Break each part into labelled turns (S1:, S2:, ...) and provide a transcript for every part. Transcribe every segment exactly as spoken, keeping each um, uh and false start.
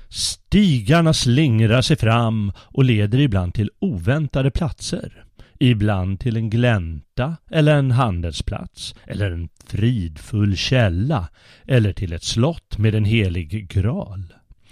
S1: Stigarna slingrar sig fram och leder ibland till oväntade platser. Ibland till en glänta eller en handelsplats eller en fridfull källa eller till ett slott med en helig graal.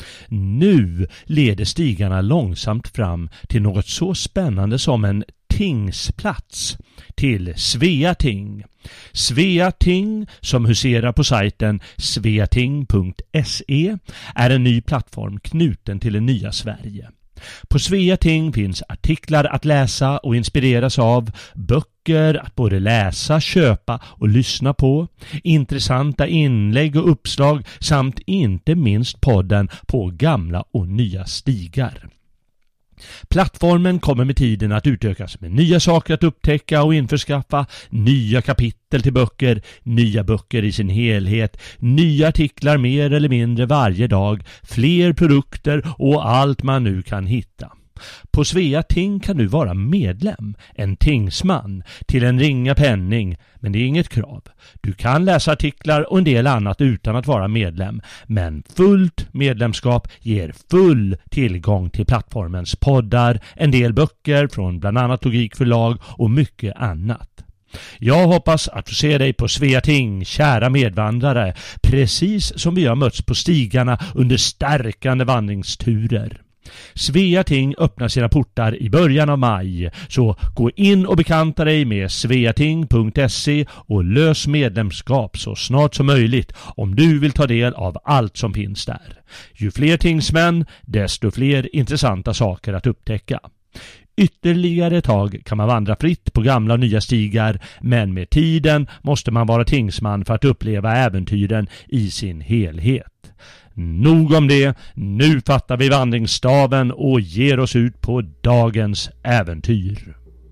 S1: Nu leder stigarna långsamt fram till något så spännande som en tingsplats, till Svea ting. Svea ting, som huserar på sajten sveating punkt se, är en ny plattform knuten till det nya Sverige. På Svea ting finns artiklar att läsa och inspireras av, böcker att både läsa, köpa och lyssna på, intressanta inlägg och uppslag samt inte minst podden På gamla och nya stigar. Plattformen kommer med tiden att utökas med nya saker att upptäcka och införskaffa, nya kapitel till böcker, nya böcker i sin helhet, nya artiklar mer eller mindre varje dag, fler produkter och allt man nu kan hitta. På Svea ting kan du vara medlem, en tingsman, till en ringa penning, men det är inget krav. Du kan läsa artiklar och en del annat utan att vara medlem, men fullt medlemskap ger full tillgång till plattformens poddar, en del böcker från bland annat Logik förlag och mycket annat. Jag hoppas att få se dig på Svea ting, kära medvandrare, precis som vi har mötts på stigarna under stärkande vandringsturer. Svea ting öppnar sina portar i början av maj, så gå in och bekanta dig med sveating punkt se och lös medlemskap så snart som möjligt om du vill ta del av allt som finns där. Ju fler tingsmän, desto fler intressanta saker att upptäcka. Ytterligare ett tag kan man vandra fritt på gamla och nya stigar, men med tiden måste man vara tingsman för att uppleva äventyren i sin helhet. Nog om det, nu fattar vi vandringsstaven och ger oss ut på dagens äventyr.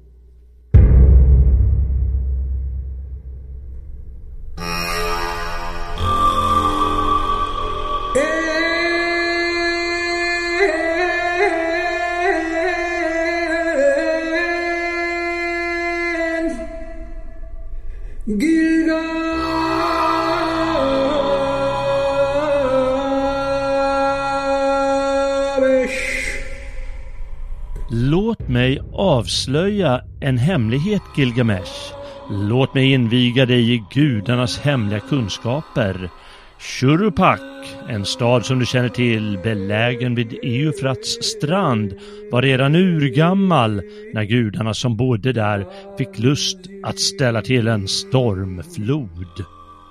S1: Låt mig avslöja en hemlighet, Gilgamesh. Låt mig inviga dig i gudarnas hemliga kunskaper. Shuruppak, en stad som du känner till, belägen vid Eufrats strand, var redan urgammal när gudarna som bodde där fick lust att ställa till en stormflod.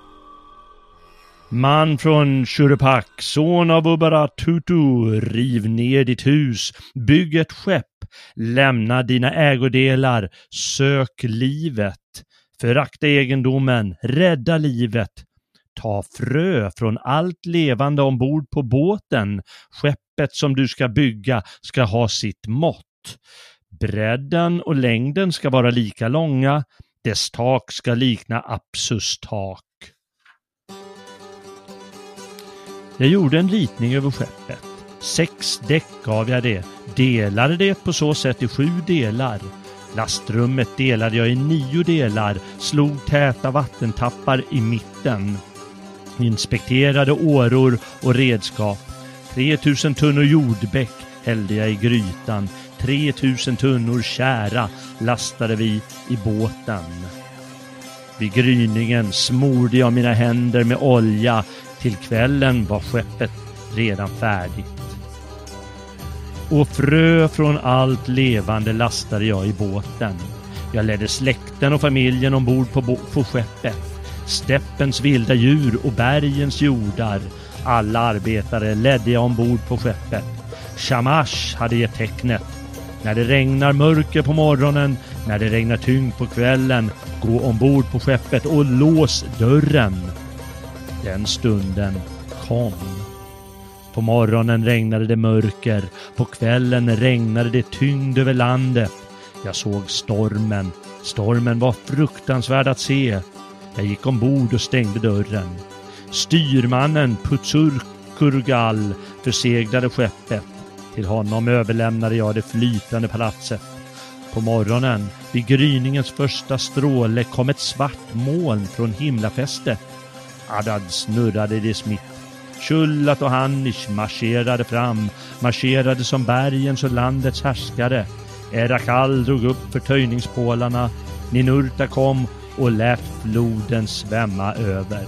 S1: Man från Shuruppak, son av Ubaratutu, riv ner ditt hus, bygg ett skepp, lämna dina ägodelar, sök livet, förakta egendomen, rädda livet. Ta frö från allt levande ombord på båten. Skeppet som du ska bygga ska ha sitt mått. Bredden och längden ska vara lika långa. Dess tak ska likna Apsus tak. Jag gjorde en ritning över skeppet. Sex däck gav jag det. Delade det på så sätt i sju delar. Lastrummet delade jag i nio delar. Slog täta vattentappar i mitten. Inspekterade åror och redskap. tre tusen tunnor jordbäck hällde jag i grytan. tre tusen tunnor kära lastade vi i båten. Vid gryningen smorde jag mina händer med olja. Till kvällen var skeppet redan färdigt. Och frö från allt levande lastade jag i båten. Jag ledde släkten och familjen ombord på, bo- på skeppet. Steppens vilda djur och bergens jordar. Alla arbetare ledde jag ombord på skeppet. Shamash hade gett tecknet. När det regnar mörker på morgonen, när det regnar tyngd på kvällen, gå ombord på skeppet och lås dörren. Den stunden kom. På morgonen regnade det mörker, på kvällen regnade det tyngd över landet. Jag såg stormen. Stormen var fruktansvärd att se. Jag gick ombord och stängde dörren. Styrmannen Putsurkurgal förseglade skeppet. Till honom överlämnade jag det flytande palatset. På morgonen, vid gryningens första stråle, kom ett svart moln från himlafästet. Adad snurrade i dess mitt. Tjullat och Hannish marscherade fram, marscherade som bergens och landets härskare. Erakal drog upp förtöjningspålarna, Ninurta kom och lät floden svämma över.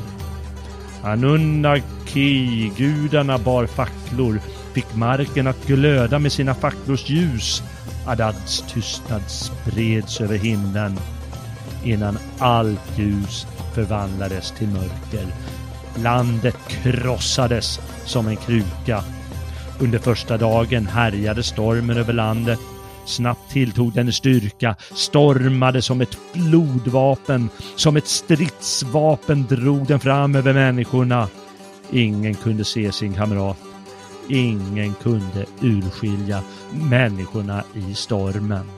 S1: Anunnaki, gudarna bar facklor, fick marken att glöda med sina facklors ljus. Adads tystnad spreds över himlen innan allt ljus förvandlades till mörker. Landet krossades som en kruka. Under första dagen härjade stormen över landet. Snabbt tilltog den styrka, stormade som ett flodvapen, som ett stridsvapen drog den fram över människorna. Ingen kunde se sin kamrat. Ingen kunde urskilja människorna i stormen.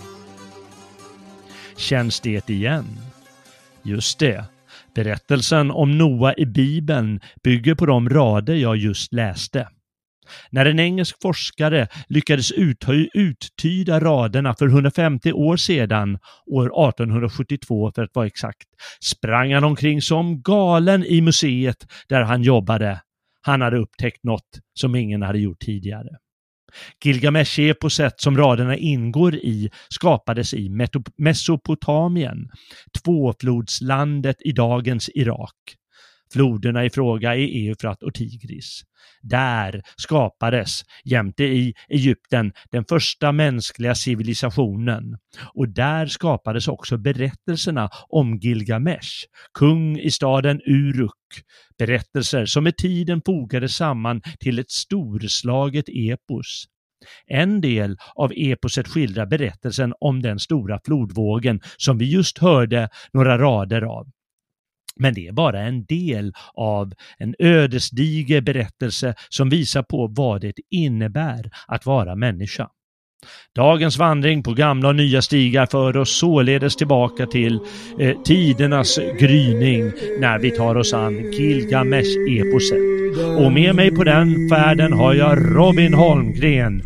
S1: Känns det igen? Just det. Berättelsen om Noa i Bibeln bygger på de rader jag just läste. När en engelsk forskare lyckades uthöj, uttyda raderna för hundrafemtio år sedan, år arton sjuttiotvå för att vara exakt, sprang han omkring som galen i museet där han jobbade. Han hade upptäckt något som ingen hade gjort tidigare. Gilgamesh-eposet som raderna ingår i skapades i Mesopotamien, tvåflodslandet i dagens Irak. Floderna i fråga är Eufrat och Tigris. Där skapades, jämte i Egypten, den första mänskliga civilisationen. Och där skapades också berättelserna om Gilgamesh, kung i staden Uruk. Berättelser som med tiden fogades samman till ett storslaget epos. En del av eposet skildrar berättelsen om den stora flodvågen som vi just hörde några rader av. Men det är bara en del av en ödesdiger berättelse som visar på vad det innebär att vara människa. Dagens vandring på gamla och nya stigar för oss således tillbaka till eh, tidernas gryning när vi tar oss an Gilgamesh-eposet. Och med mig på den färden har jag Robin Holmgren.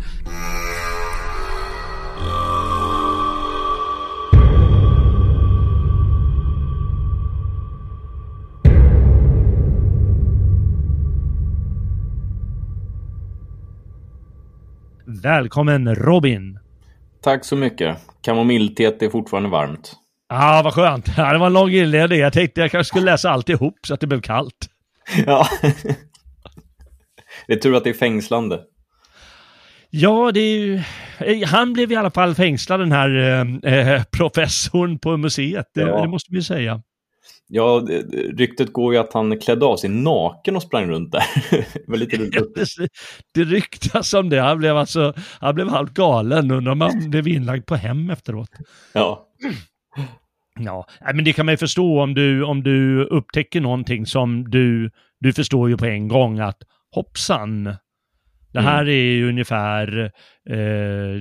S1: Välkommen Robin.
S2: Tack så mycket. Kamomillteet är fortfarande varmt.
S1: Ja, ah, vad skönt. Ja, det var en lång inledning. Jag tänkte jag kanske skulle läsa allt ihop så att det blev kallt.
S2: Ja. Det är tur att det är fängslande.
S1: Ja, det är ju... Han blev i alla fall fängslad, den här eh, professorn på museet. Det, ja. det måste vi säga.
S2: Ja, ryktet går ju att han klädde av sig naken och sprang runt där. Det var lite
S1: ja, det, det ryktas om det. Han blev alltså han blev halvt galen. Undrar om han blev inlagd på hem efteråt.
S2: Ja.
S1: Ja, men det kan man ju förstå om du, om du upptäcker någonting som du, du förstår ju på en gång att hoppsan, det här mm. är ju ungefär eh,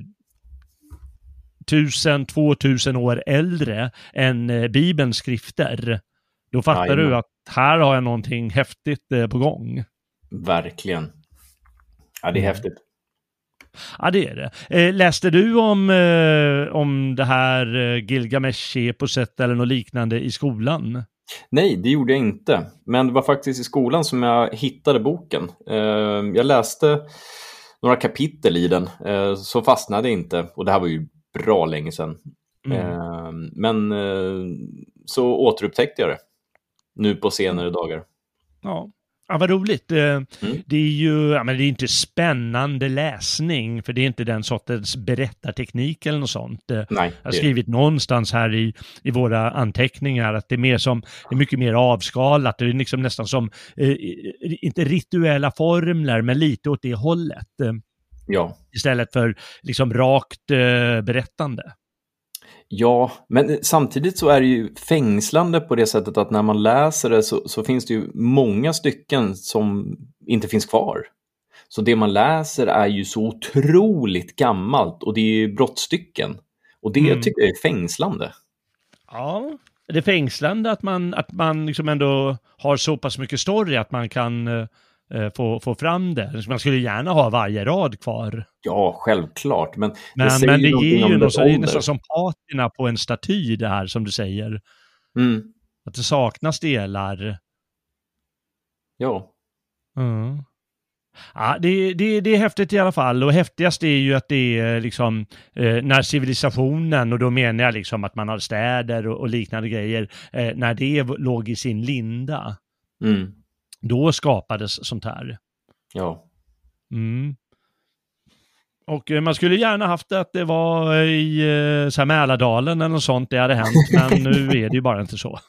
S1: tusen, tvåtusen år äldre än eh, Bibelns skrifter. Då fattar Aj, du att här har jag någonting häftigt eh, på gång.
S2: Verkligen. Ja, det är mm. häftigt.
S1: Ja, det är det. Eh, läste du om, eh, om det här eh, Gilgamesh-eposet eller något liknande i skolan?
S2: Nej, det gjorde jag inte. Men det var faktiskt i skolan som jag hittade boken. Eh, jag läste några kapitel i den, eh, så fastnade jag inte. Och det här var ju bra länge sedan. Mm. Eh, men eh, så återupptäckte jag det nu på senare dagar.
S1: Ja. Ja, vad roligt. Mm. Det är ju ja, men det är inte spännande läsning, för det är inte den sortens berättarteknik eller något sånt.
S2: Nej,
S1: jag har skrivit det. någonstans här i, i våra anteckningar att det är mer som, det är mycket mer avskalat. Det är liksom nästan som, eh, inte rituella formler, men lite åt det hållet.
S2: Ja.
S1: Istället för liksom rakt eh, berättande.
S2: Ja, men samtidigt så är det ju fängslande på det sättet att när man läser det så, så finns det ju många stycken som inte finns kvar. Så det man läser är ju så otroligt gammalt och det är ju brottstycken. Och det mm. tycker jag är fängslande.
S1: Ja, det är fängslande att man, att man liksom ändå har så pass mycket story att man kan eh, få, få fram det. Man skulle gärna ha varje rad kvar.
S2: Ja, självklart. Men
S1: men
S2: det,
S1: men det ger ju något, så det är nästan som patina på en staty det här som du säger.
S2: Mm.
S1: Att det saknas delar.
S2: Ja.
S1: Mm. Ja, det, det, det är häftigt i alla fall, och häftigast är ju att det är liksom eh, när civilisationen, och då menar jag liksom att man har städer och, och liknande grejer, eh, när det låg i sin linda,
S2: Mm.
S1: då skapades sånt här.
S2: Ja.
S1: Mm. Och eh, man skulle gärna haft det att det var i eh, så här Mälardalen eller något sånt det hade hänt, men nu är det ju bara inte så.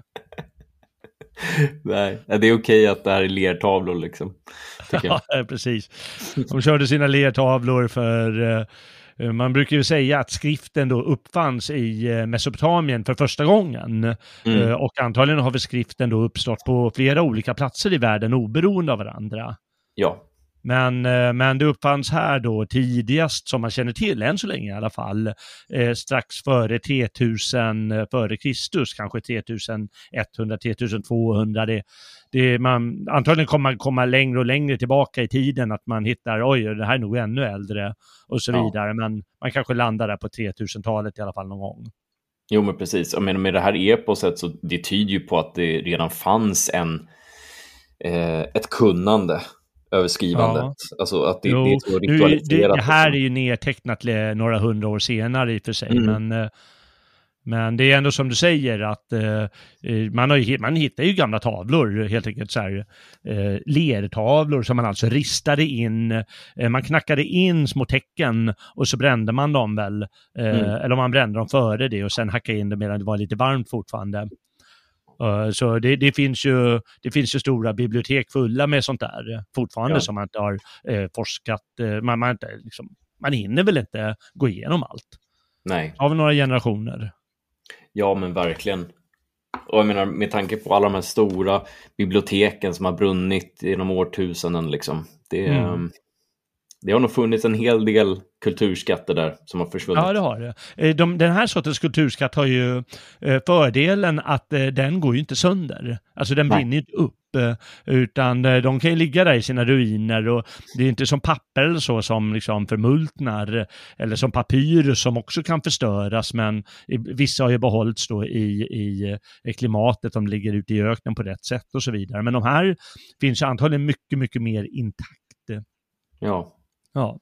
S2: Nej, det är okej att det här är lertavlor liksom.
S1: Ja, precis. De körde sina lertavlor för... Uh, man brukar ju säga att skriften då uppfanns i uh, Mesopotamien för första gången. Mm. Uh, och antagligen har vi skriften då uppstått på flera olika platser i världen oberoende av varandra.
S2: Ja.
S1: Men, uh, men det uppfanns här då tidigast, som man känner till än så länge i alla fall, uh, strax före tre tusen uh, före Kristus, kanske tre tusen etthundra till tre tusen tvåhundra. Det, det, man, antagligen kommer man komma längre och längre tillbaka i tiden, att man hittar, oj, det här är nog ännu äldre och så
S2: ja.
S1: vidare, men man kanske landar där på tre tusen-talet i alla fall någon gång.
S2: Jo, men precis. Jag menar, med det här eposet, så det tyder ju på att det redan fanns en eh, ett kunnande över skrivandet. Ja. Alltså att det,
S1: jo,
S2: det är så ritualiserat.
S1: Det, det här är ju nedtecknat några hundra år senare i och för sig, mm. men Men det är ändå som du säger att eh, man, har, man hittar ju gamla tavlor, helt enkelt så här, eh, lertavlor som man alltså ristade in. Eh, man knackade in små tecken och så brände man dem väl. Eh, mm. Eller man brände dem före det och sen hackade in dem medan det var lite varmt fortfarande. Uh, så det, det, finns ju, det finns ju stora bibliotek fulla med sånt där fortfarande, ja. Som man inte har eh, forskat. Eh, man, man, inte, liksom, man hinner väl inte gå igenom allt.
S2: Nej.
S1: Har vi några generationer?
S2: Ja, men verkligen. Och jag menar, med tanke på alla de här stora biblioteken som har brunnit genom årtusenden liksom. Det, mm. det har nog funnits en hel del kulturskatter där som har försvunnit.
S1: Ja, det har det. De, den här sortens kulturskatt har ju eh, fördelen att eh, den går ju inte sönder. Alltså den brinner ju inte upp. Utan eh, de kan ju ligga där i sina ruiner, och det är inte som papper eller så som liksom förmultnar, eller som papyrus som också kan förstöras, men i, vissa har ju behållits då i, i, i klimatet, de ligger ute i öknen på rätt sätt och så vidare. Men de här finns ju antagligen mycket, mycket mer intakt.
S2: Ja.
S1: Ja.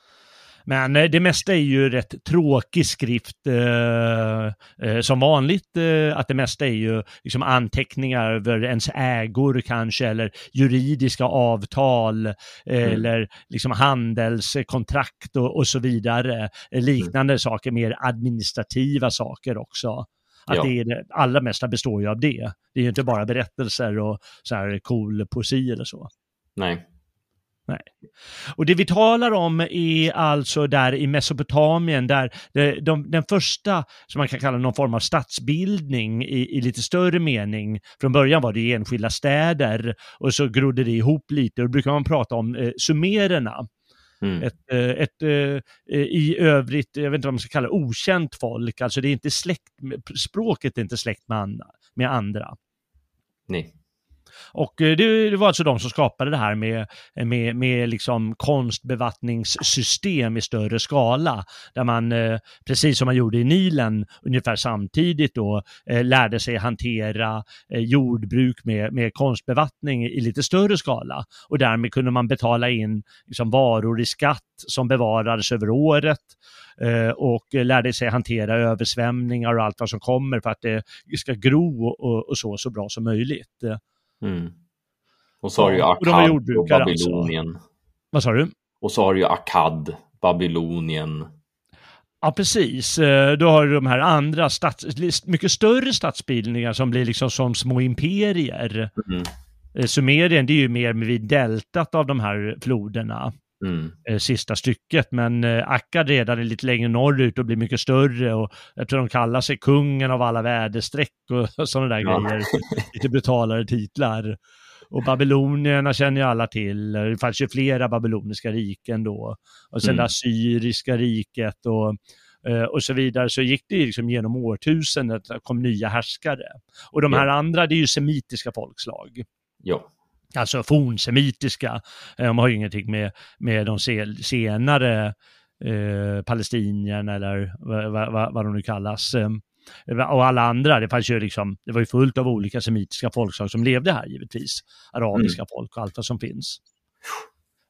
S1: Men det mesta är ju rätt tråkig skrift eh, eh, som vanligt. Eh, att det mesta är ju liksom anteckningar över ens ägor kanske, eller juridiska avtal, eh, mm. eller liksom handelskontrakt och, och så vidare. Liknande mm. saker, mer administrativa saker också. Att ja. det, är det allra mesta består ju av det. Det är ju inte bara berättelser och så här cool poesi eller så.
S2: Nej.
S1: Nej. Och det vi talar om är alltså där i Mesopotamien, där de, de, den första, som man kan kalla någon form av stadsbildning i, i lite större mening. Från början var det enskilda städer och så grodde det ihop lite, och då brukar man prata om eh, sumererna. Mm. Ett, ett, ett i övrigt, jag vet inte vad man ska kalla det, okänt folk. Alltså det är inte släkt, språket är inte släkt med andra. Med andra.
S2: Nej.
S1: Och det, det var alltså de som skapade det här med, med, med liksom konstbevattningssystem i större skala, där man, precis som man gjorde i Nilen ungefär samtidigt då, lärde sig hantera jordbruk med, med konstbevattning i lite större skala, och därmed kunde man betala in liksom varor i skatt som bevarades över året, och lärde sig hantera översvämningar och allt vad som kommer för att det ska gro och, och så, så bra som möjligt.
S2: Mm. Och så har du ju
S1: ja,
S2: Akkad och, och Babylonien.
S1: Alltså. Vad sa du?
S2: Och så har du ju Akkad, Babylonien.
S1: Ja, precis. Då har du de här andra stats, mycket större stadsbildningar som blir liksom som små imperier. Mm. Sumerien, det är ju mer vid deltat av de här floderna. Mm. Sista stycket, men Akkad redan är lite längre norrut och blir mycket större, och jag tror de kallar sig kungen av alla väderstreck och sådana där ja. grejer, lite brutalare titlar. Och babylonierna känner ju alla till, det fanns ju flera babyloniska riken då, och sen mm. det assyriska riket och och så vidare, så gick det liksom genom årtusendet, kom nya härskare. Och de här ja. andra, det är ju semitiska folkslag.
S2: Ja.
S1: Alltså fornsemitiska. De har ju ingenting med, med de senare eh, palestinierna eller vad, vad, vad de nu kallas. Och alla andra, det fanns ju liksom, det var ju fullt av olika semitiska folkslag som levde här givetvis. Arabiska mm. folk och allt vad som finns.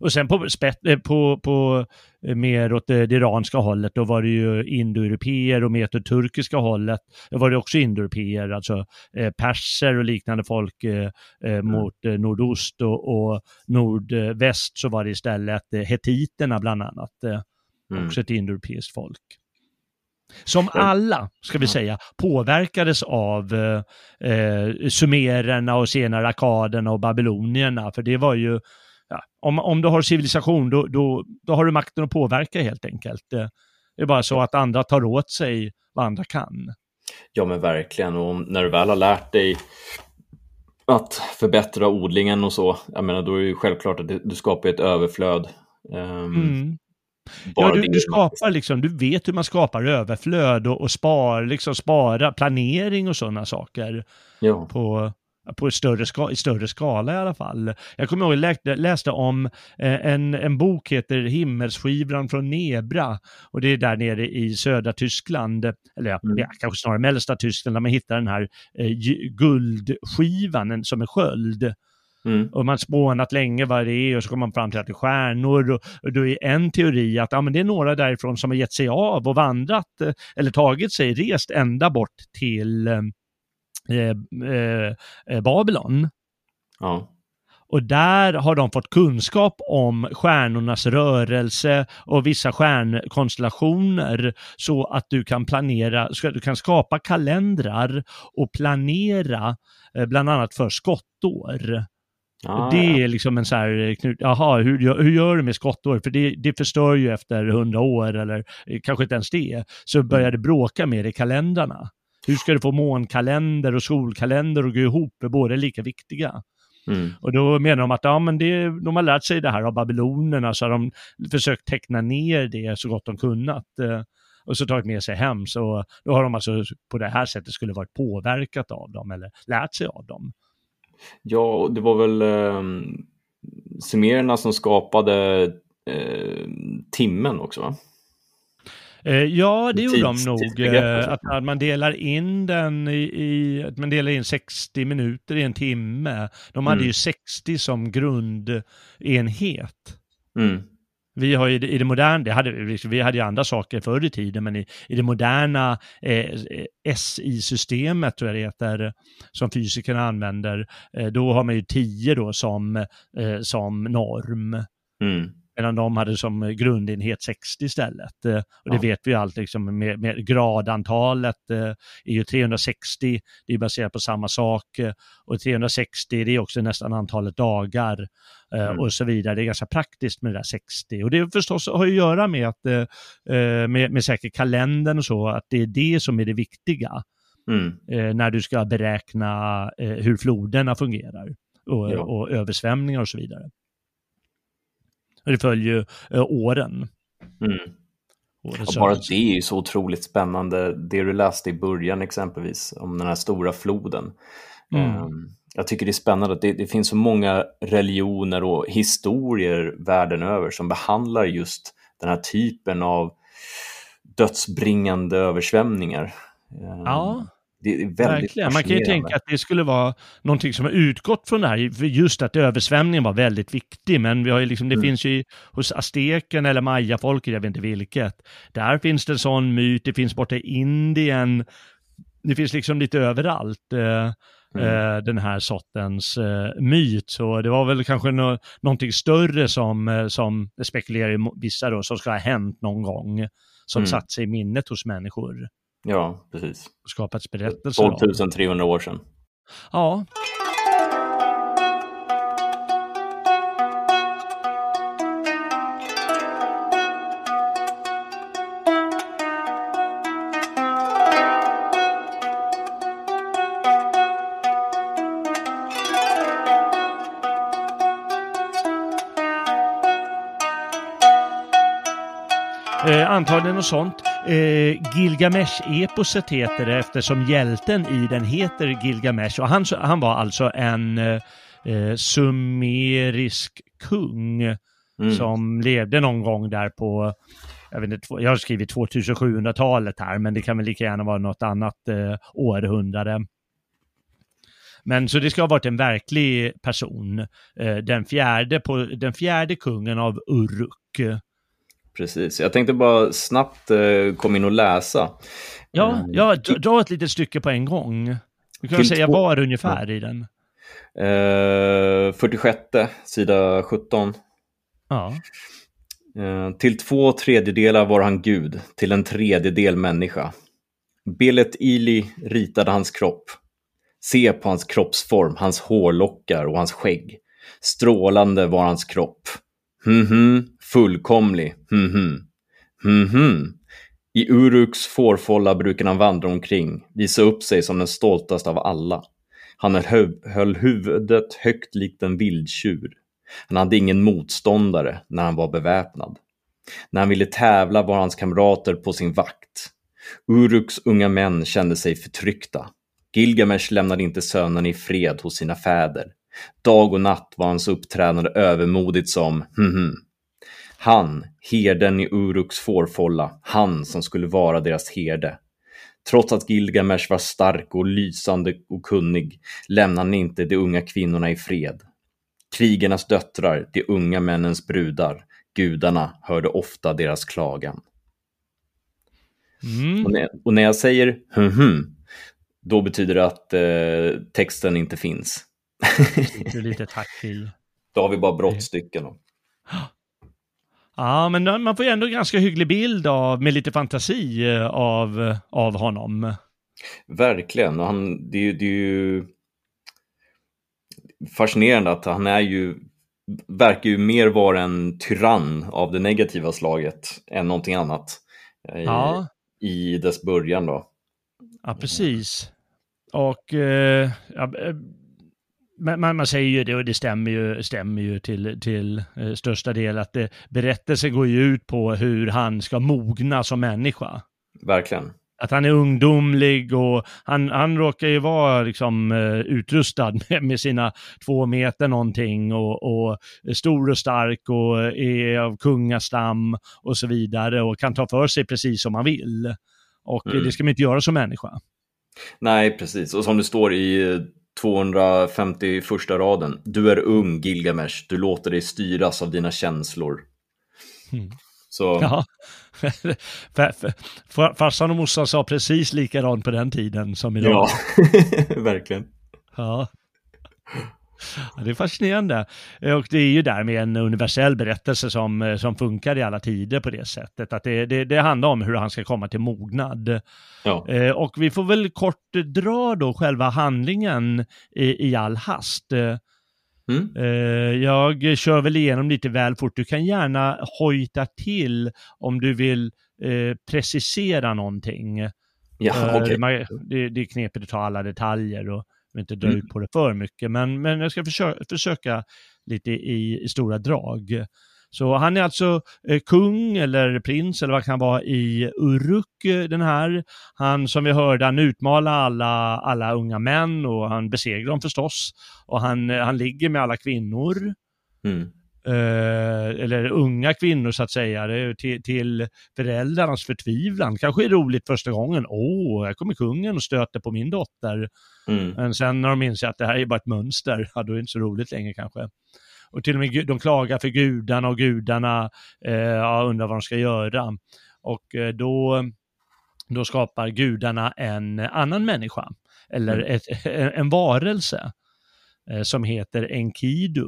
S1: Och sen på, spett, på, på mer åt det, det iranska hållet, då var det ju indoeuropeer, och mer åt det turkiska hållet, då var det också indoeuropeer, alltså eh, perser och liknande folk eh, mm. mot eh, nordost, och, och nordväst så var det istället eh, hetiterna bland annat, eh, mm. också ett indoeuropeiskt folk. Som alla, ska vi säga, påverkades av eh, sumererna och senare akaderna och babylonierna. För det var ju, ja, om, om du har civilisation, då, då, då har du makten att påverka helt enkelt. Det är bara så att andra tar åt sig vad andra kan.
S2: Ja, men verkligen. Och när du väl har lärt dig att förbättra odlingen och så, jag menar, då är det ju självklart att du skapar ett överflöd. Um...
S1: Mm. Ja, du, du skapar liksom, du vet hur man skapar överflöd och, och spar, liksom spara, planering och sådana saker.
S2: Ja.
S1: På, på ett större ska, i större skala i alla fall. Jag kommer ihåg, jag läste, läste om eh, en, en bok heter Himmelsskivran från Nebra, och det är där nere i södra Tyskland, eller ja, mm. kanske snarare mellersta Tyskland, där man hittar den här eh, guldskivan som är sköld. Mm. Och man spånat länge vad det är, och så kommer man fram till att det är stjärnor, och, och då är en teori att ja, men det är några därifrån som har gett sig av och vandrat eller tagit sig, rest ända bort till eh, eh, Babylon.
S2: Ja.
S1: Och där har de fått kunskap om stjärnornas rörelse och vissa stjärnkonstellationer, så att du kan planera, du kan skapa kalendrar och planera eh, bland annat för skottår. Ah, det är liksom en så här knut, jaha, hur, hur gör du med skottår? För det, det förstör ju efter hundra år, eller kanske inte ens det. Så börjar det bråka med i kalendrarna. Hur ska du få månkalender och solkalender att gå ihop? För båda är lika viktiga. Mm. Och då menar de att ja, men det, de har lärt sig det här av babylonerna, så har de försökt teckna ner det så gott de kunnat. Och så tagit med sig hem. Så då har de alltså på det här sättet skulle varit påverkat av dem, eller lärt sig av dem.
S2: Ja, det var väl eh, sumererna som skapade eh, timmen också, va?
S1: Eh, ja, det gjorde de nog. Eh, att, att man delar in den i, i att man delar in sextio minuter i en timme. De hade mm. ju sextio som grundenhet. Mm. Vi har ju i det moderna, det hade, vi hade ju andra saker förr i tiden, men i, i det moderna eh, S I-systemet, tror jag det heter, som fysikerna använder, eh, då har man ju tio då som, eh, som norm. Mm. Medan de hade som grundenhet sextio istället. Eh, och det ja. vet vi ju allt, liksom, med, med gradantalet eh, är ju trehundrasextio, det är baserat på samma sak. Eh, och trehundrasextio, det är också nästan antalet dagar. Mm. Och så vidare. Det är ganska praktiskt med det där sextio. Och det förstås har att göra med att med, med säkert kalendern och så, att det är det som är det viktiga. Mm. När du ska beräkna hur floderna fungerar och, ja. och översvämningar och så vidare. Och det följer ju åren.
S2: Mm. Och bara det är ju så otroligt spännande. Det du läste i början exempelvis om den här stora floden. Mm. Um, Jag tycker det är spännande att det, det finns så många religioner och historier världen över som behandlar just den här typen av dödsbringande översvämningar.
S1: Ja,
S2: det är väldigt
S1: verkligen. Man kan ju tänka att det skulle vara någonting som har utgått från det här, för just att översvämningen var väldigt viktig. Men vi har ju liksom, det mm. finns ju hos azteken eller mayafolket, jag vet inte vilket. Där finns det en sån myt, det finns borta i Indien. Det finns liksom lite överallt. Mm. Den här sortens uh, myt, så det var väl kanske no- någonting större som, uh, som spekulerar i vissa då, som ska ha hänt någon gång, som mm. satt sig i minnet hos människor.
S2: Ja, precis.
S1: Skapats berättelser
S2: tolv tusen trehundra år sedan.
S1: Ja. Eh, antagligen och sånt. Eh, Gilgamesh-eposet heter det, eftersom hjälten i den heter Gilgamesh. Och han, han var alltså en eh, sumerisk kung mm. som levde någon gång där på, jag vet inte, jag har skrivit tjugosjuhundratalet här, men det kan väl lika gärna vara något annat eh, århundrade. Men så det ska ha varit en verklig person, eh, den fjärde på den fjärde kungen av Uruk.
S2: Precis, jag tänkte bara snabbt eh, komma in och läsa.
S1: Ja,
S2: eh,
S1: ja dra, dra ett litet stycke på en gång. Du kan säga två... var ungefär ja. i den.
S2: Eh, fyrtiosex, sida sjutton.
S1: Ja.
S2: Eh, till två tredjedelar var han gud, till en tredjedel människa. Belet Ili ritade hans kropp. Se på hans kroppsform, hans hårlockar och hans skägg. Strålande var hans kropp. Mhm, fullkomlig. Mhm. Mhm. I Uruks fårfålla brukar han vandra omkring, visa upp sig som den stoltaste av alla. Han höll, höll huvudet högt likt en vildtjur. Han hade ingen motståndare när han var beväpnad. När han ville tävla var hans kamrater på sin vakt. Uruks unga män kände sig förtryckta. Gilgamesh lämnade inte sönen i fred hos sina fäder. Dag och natt var hans uppträdande övermodigt som mhm. Han, herden i Uruks fårfålla, han som skulle vara deras herde. Trots att Gilgamesh var stark och lysande och kunnig lämnade han inte de unga kvinnorna i fred. Krigarnas döttrar, de unga männens brudar, gudarna hörde ofta deras klagan.
S1: Mm.
S2: Och, när, och när jag säger mhm, då betyder det att eh, texten inte finns.
S1: Det är lite tack i.
S2: Då har vi bara brottstycken.
S1: Ja, men man får ju ändå en ganska hygglig bild av, med lite fantasi av, av honom.
S2: Verkligen. Och han, det, är, det är ju fascinerande att han är ju, verkar ju mer vara en tyrann av det negativa slaget än någonting annat i,
S1: ja.
S2: i dess början då.
S1: Ja, precis. Och eh, ja, man, man säger ju det, och det stämmer ju, stämmer ju till, till eh, största del, att det, berättelsen går ju ut på hur han ska mogna som människa.
S2: Verkligen.
S1: Att han är ungdomlig, och han, han råkar ju vara liksom uh, utrustad med, med sina två meter någonting, och, och stor och stark och är av kungastam och så vidare, och kan ta för sig precis som han vill. Och mm. det ska man inte göra som människa.
S2: Nej, precis. Och som det står i tvåhundrafemtioförsta raden: du är ung, Gilgamesh, du låter dig styras av dina känslor.
S1: Mm.
S2: Så...
S1: Ja. Farsan och morsan sa precis likadant på den tiden som idag.
S2: Ja, verkligen.
S1: Ja. Ja, det är fascinerande. Och det är ju där med en universell berättelse som, som funkar i alla tider på det sättet. Att det, det, det handlar om hur han ska komma till mognad.
S2: Ja.
S1: Eh, och vi får väl kort dra då själva handlingen i, i all hast.
S2: Mm.
S1: Eh, jag kör väl igenom lite väl fort. Du kan gärna hojta till om du vill eh, precisera någonting.
S2: Ja,
S1: eh,
S2: okay.
S1: man, det, det är knepigt att ta alla detaljer och inte dra
S2: Mm.
S1: ut på det för mycket. Men, men jag ska försöka, försöka lite i, i stora drag. Så han är alltså eh, kung eller prins eller vad kan vara i Uruk, eh, den här. Han, som vi hörde, han utmalar alla, alla unga män, och han besegrar dem förstås. Och han, eh, han ligger med alla kvinnor.
S2: Mm.
S1: Eh, eller unga kvinnor så att säga, till, till föräldrarnas förtvivlan. Kanske är det roligt första gången. Åh, oh, här kommer kungen och stöter på min dotter.
S2: Mm.
S1: Men sen när de inser att det här är bara ett mönster, ja, då är det inte så roligt längre kanske. Och till och med de klagar för gudarna, och gudarna eh, ja, undrar vad de ska göra. Och eh, då, då skapar gudarna en annan människa, eller
S2: Mm.
S1: ett, en varelse eh, som heter Enkidu.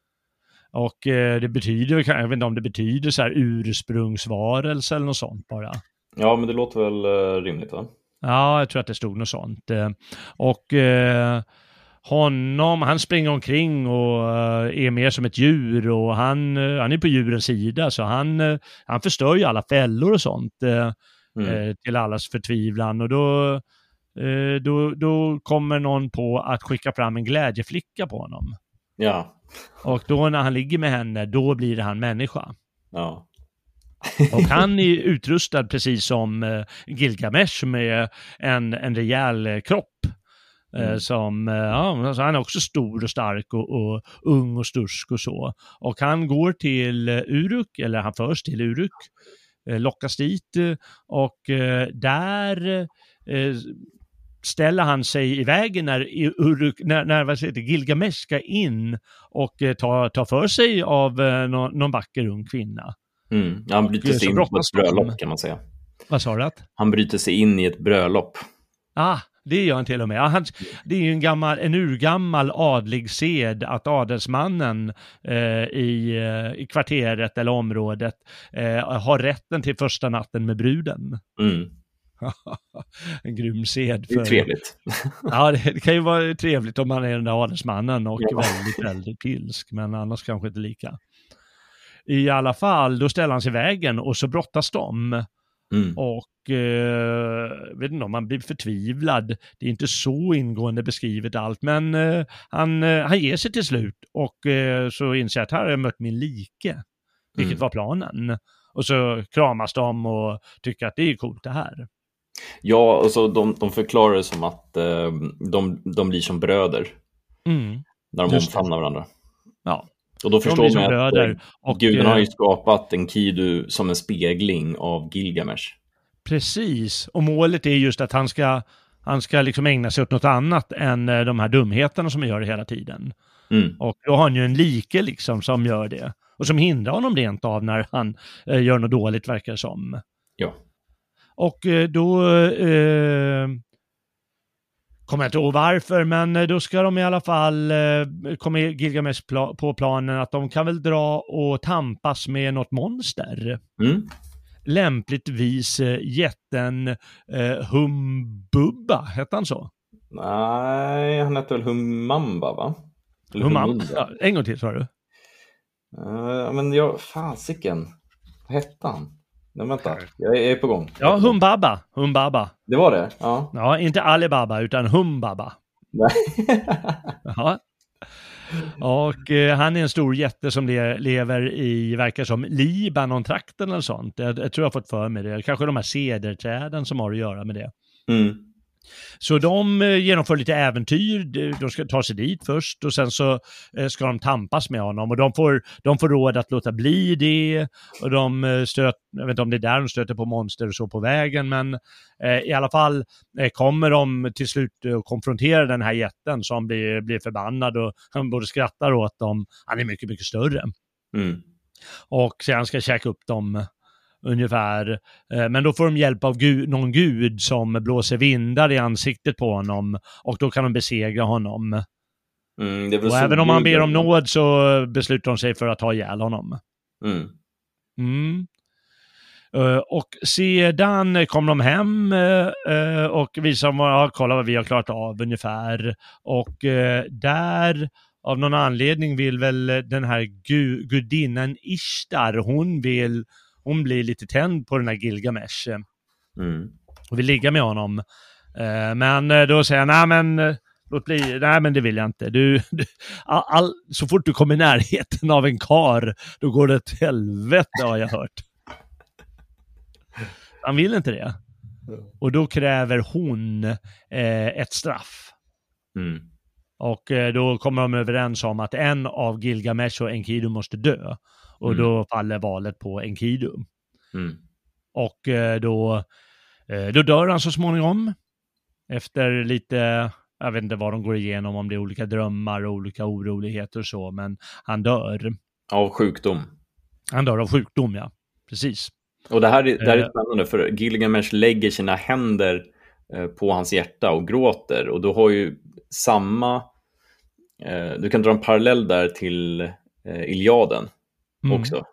S1: Och eh, det betyder, jag vet inte om det betyder så här ursprungsvarelse eller något sånt bara.
S2: Ja, men det låter väl uh, rimligt, va?
S1: Ja, jag tror att det stod något sånt. Eh, och eh, honom, han springer omkring och uh, är mer som ett djur, och han, uh, han är på djurens sida, så han, uh, han förstör ju alla fällor och sånt uh,
S2: Mm.
S1: uh, till allas förtvivlan. Och då, uh, då, då kommer någon på att skicka fram en glädjeflicka på honom.
S2: Ja.
S1: Och då när han ligger med henne, då blir han människa.
S2: Ja.
S1: Och han är utrustad precis som uh, Gilgamesh med en, en rejäl uh, kropp. Mm. Som, ja, alltså han är också stor och stark och, och ung och stursk och så. Och han går till Uruk, eller han förs till Uruk, lockas dit, och där ställer han sig i vägen när, Uruk, när, när vad heter, Gilgamesh ska in och eh, ta, ta för sig av eh, någon, någon vacker ung kvinna.
S2: Mm. Han bryter sig in på ett bröllop kan man säga.
S1: Vad sa du? Att?
S2: Han bryter sig in i ett bröllop.
S1: Ah, det gör han till och med. Han, det är ju en, gammal, en urgammal adlig sed att adelsmannen eh, i, i kvarteret eller området eh, har rätten till första natten med bruden.
S2: Mm.
S1: En grym sed. För...
S2: Det är trevligt.
S1: Ja, det, det kan ju vara trevligt om man är den där adelsmannen och
S2: ja.
S1: väldigt, väldigt pilsk, men annars kanske inte lika. I alla fall, då ställer han sig i vägen och så brottas de. Mm. Och eh, vet inte om man blir förtvivlad. Det är inte så ingående beskrivet allt, men eh, han, eh, han ger sig till slut och eh, så inser att här har jag mött min like, vilket mm. var planen. Och så kramas de och tycker att det är coolt det här.
S2: Ja, alltså de, de förklarar det som att eh, de, de blir som bröder mm. när de omfamnar varandra.
S1: Ja.
S2: Och då förstår man att eh,
S1: och,
S2: guden har ju skapat Enkidu som en spegling av Gilgamesh.
S1: Precis, och målet är just att han ska, han ska liksom ägna sig åt något annat än de här dumheterna som han gör hela tiden. Mm. Och då har han ju en like liksom som gör det. Och som hindrar honom rent av när han eh, gör något dåligt, verkar det som.
S2: Ja.
S1: Och eh, då eh, kommer jag inte ihåg varför, men då ska de i alla fall eh, komma Gilgamesh pla- på planen att de kan väl dra och tampas med något monster. Mm. Lämpligtvis eh, jätten eh, Humbubba, hette han så?
S2: Nej, han hette väl Hummamba, va?
S1: Hummamba, ja, en gång till, sa du?
S2: Uh, men jag, fasiken, vad hette han? Nej, vänta, jag är på gång.
S1: Ja, Humbaba, Humbaba.
S2: Det var det, ja.
S1: Ja, inte Alibaba utan Humbaba. Nej. Ja. Och eh, han är en stor jätte som le- lever i, verkar som, Libanon-trakten eller sånt. Jag, jag tror jag har fått för mig det. Kanske de här cederträden som har att göra med det. Mm. Så de eh, genomför lite äventyr. De ska ta sig dit först och sen så eh, ska de tampas med honom. Och de får, de får råd att låta bli det. Och de eh, stöter, jag vet inte om det är där de stöter på monster och så på vägen. Men eh, i alla fall eh, kommer de till slut att konfrontera den här jätten som blir, blir förbannad. Och han både skrattar åt dem. Han är mycket, mycket större. Mm. Och sen ska käka upp dem ungefär. Men då får de hjälp av gud, någon gud som blåser vindar i ansiktet på honom och då kan de besegra honom. Mm, och även om han ber om nåd så beslutar de sig för att ta ihjäl honom. Mm. Mm. Och sedan kom de hem och visar vad, kolla vad vi har klarat av ungefär. Och där av någon anledning vill väl den här gu, gudinnan Ishtar, hon vill Hon blir lite tänd på den här Gilgamesh. Mm. Och vill ligga med honom. Eh, men då säger han, nej men, låt bli, nej men det vill jag inte. Du, du, all, all, så fort du kommer i närheten av en kar, då går det till helvete, har jag hört. Han vill inte det. Och då kräver hon eh, ett straff. Mm. Och eh, då kommer de överens om att en av Gilgamesh och Enkidu måste dö. Och mm. då faller valet på Enkidu. Mm. Och eh, då, eh, då dör han så småningom. Efter lite, jag vet inte vad de går igenom, om det är olika drömmar och olika oroligheter och så. Men han dör.
S2: Av sjukdom.
S1: Han dör av sjukdom, ja. Precis.
S2: Och det här är, det här är spännande, för Gilgamesh lägger sina händer eh, på hans hjärta och gråter. Och då har ju samma, eh, du kan dra en parallell där till eh, Iliaden. Mm. Också.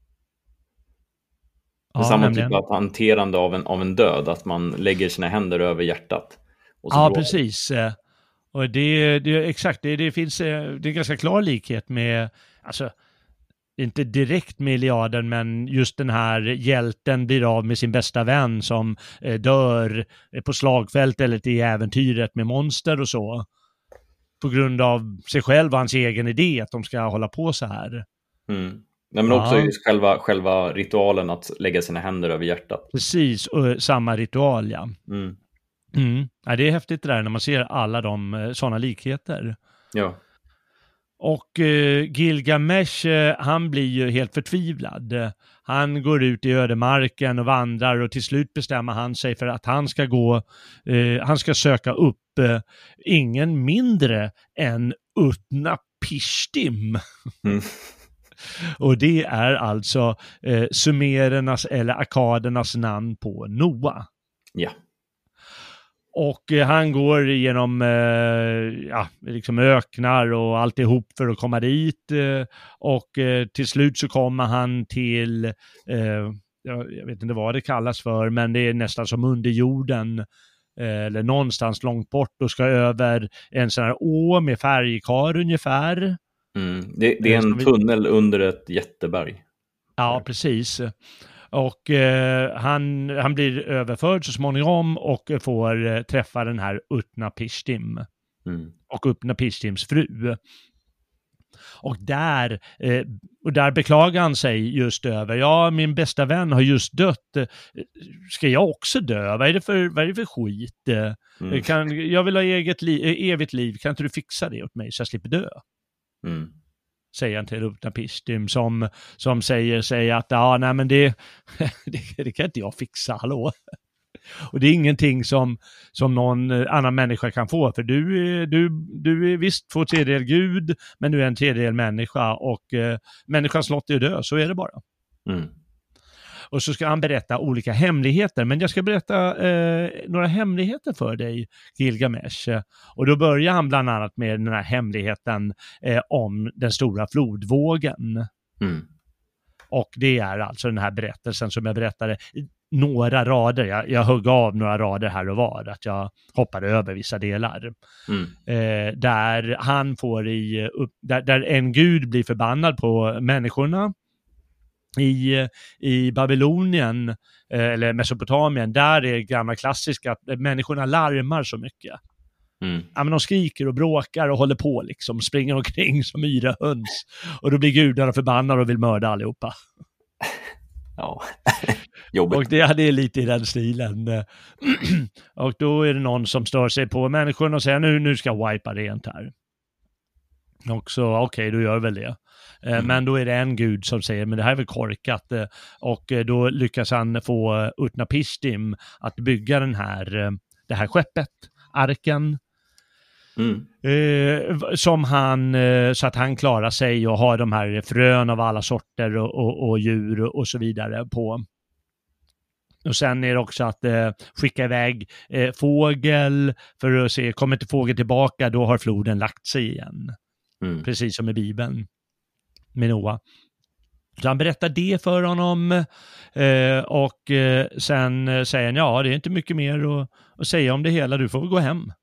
S2: Ja, samma nämligen. Typ av hanterande av en, av en död, att man lägger sina händer över hjärtat. Och så
S1: ja,
S2: bråd.
S1: Precis. Och det, det exakt, det, det finns det är en ganska klar likhet med, alltså inte direkt med Iliaden, men just den här hjälten blir av med sin bästa vän som eh, dör på slagfält eller i äventyret med monster och så. På grund av sig själv och hans egen idé att de ska hålla på så här. Mm.
S2: Nej, men också just själva, själva ritualen att lägga sina händer över hjärtat.
S1: Precis, och samma ritual, ja. Mm. Mm. Ja, det är häftigt det där när man ser alla de sådana likheter.
S2: Ja.
S1: Och eh, Gilgamesh, eh, han blir ju helt förtvivlad. Han går ut i ödemarken och vandrar och till slut bestämmer han sig för att han ska gå, eh, han ska söka upp eh, ingen mindre än Utnapishtim. Mm. Och det är alltså eh, sumerernas eller akadernas namn på Noa.
S2: Ja.
S1: Och eh, han går genom eh, ja, liksom öknar och alltihop för att komma dit. Eh, och eh, till slut så kommer han till, eh, jag vet inte vad det kallas för, men det är nästan som under jorden. Eh, eller någonstans långt bort och ska över en sån här å med färgkar ungefär.
S2: Mm. Det, det är en vi... tunnel under ett jätteberg.
S1: Ja, precis. Och eh, han, han blir överförd så småningom och får eh, träffa den här Utnapishtim. Mm. Och Utnapishtims fru. Och där, eh, och där beklagar han sig just över, ja, min bästa vän har just dött. Ska jag också dö? Vad är det för, vad är det för skit? Mm. Kan, jag vill ha eget li- evigt liv. Kan inte du fixa det åt mig så jag slipper dö? Mm. Säger han till Utnapishtim som, som säger sig att ja, nej, men det, det, det kan inte jag fixa, hallå. Och det är ingenting som, som någon annan människa kan få, för du, du, du är visst två tredjedel Gud, men du är en tredjedel människa och eh, människans lott är dö, så är det bara. Mm. Och så ska han berätta olika hemligheter, men jag ska berätta eh, några hemligheter för dig, Gilgamesh. Och då börjar han bland annat med den här hemligheten eh, om den stora flodvågen. Mm. Och det är alltså den här berättelsen som jag berättade, några rader, jag, jag högg av några rader här och var, att jag hoppade över vissa delar. Mm. Eh, där han får i, där, där en gud blir förbannad på människorna. I, i Babylonien eh, eller Mesopotamien, där är det gamla klassiska att människorna larmar så mycket. Mm. Ja, men de skriker och bråkar och håller på liksom, springer omkring som yra höns. Och då blir gudarna förbannade och vill mörda allihopa.
S2: Ja, jobbigt.
S1: Och det, ja, det är lite i den stilen. Och då är det någon som stör sig på människorna och säger nu, nu ska jag wipa rent här. Och så okej, okay, då gör väl det. Mm. Men då är det en gud som säger, men det här är väl korkat. Och då lyckas han få Utnapishtim att bygga den här, det här skeppet, arken. Mm. Eh, som han, eh, så att han klarar sig och har de här frön av alla sorter och, och, och djur och, och så vidare på. Och sen är det också att eh, skicka iväg eh, fågel för att se, kommer inte fågel tillbaka, då har floden lagt sig igen. Mm. Precis som i Bibeln med Noa. Så han berättar det för honom eh, och eh, sen eh, säger han, ja, det är inte mycket mer att, att säga om det hela, du får väl gå hem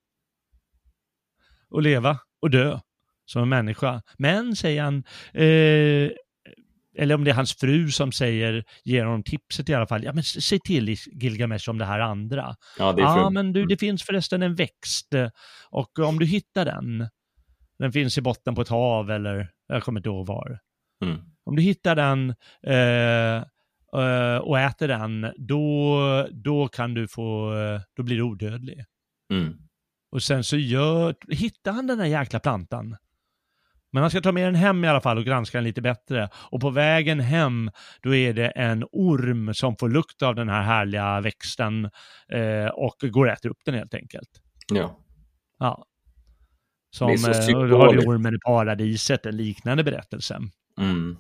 S1: och leva och dö som en människa. Men, säger han, eh, eller om det är hans fru som säger, ger honom tipset i alla fall, ja, men se till Gilgamesh om det här andra. Ja, det är ja men du, det finns förresten en växt och om du hittar den, den finns i botten på ett hav eller, jag kommer inte ihåg var. Mm. Om du hittar den eh, eh, och äter den, då, då kan du få, då blir du odödlig. Mm. Och sen så gör, hittar han den här jäkla plantan. Men han ska ta med den hem i alla fall och granska den lite bättre. Och på vägen hem, då är det en orm som får lukt av den här härliga växten eh, och går och äter upp den helt enkelt. Ja. Ja. Som, eh, då har vi ormen i paradiset, en liknande berättelse. Mm.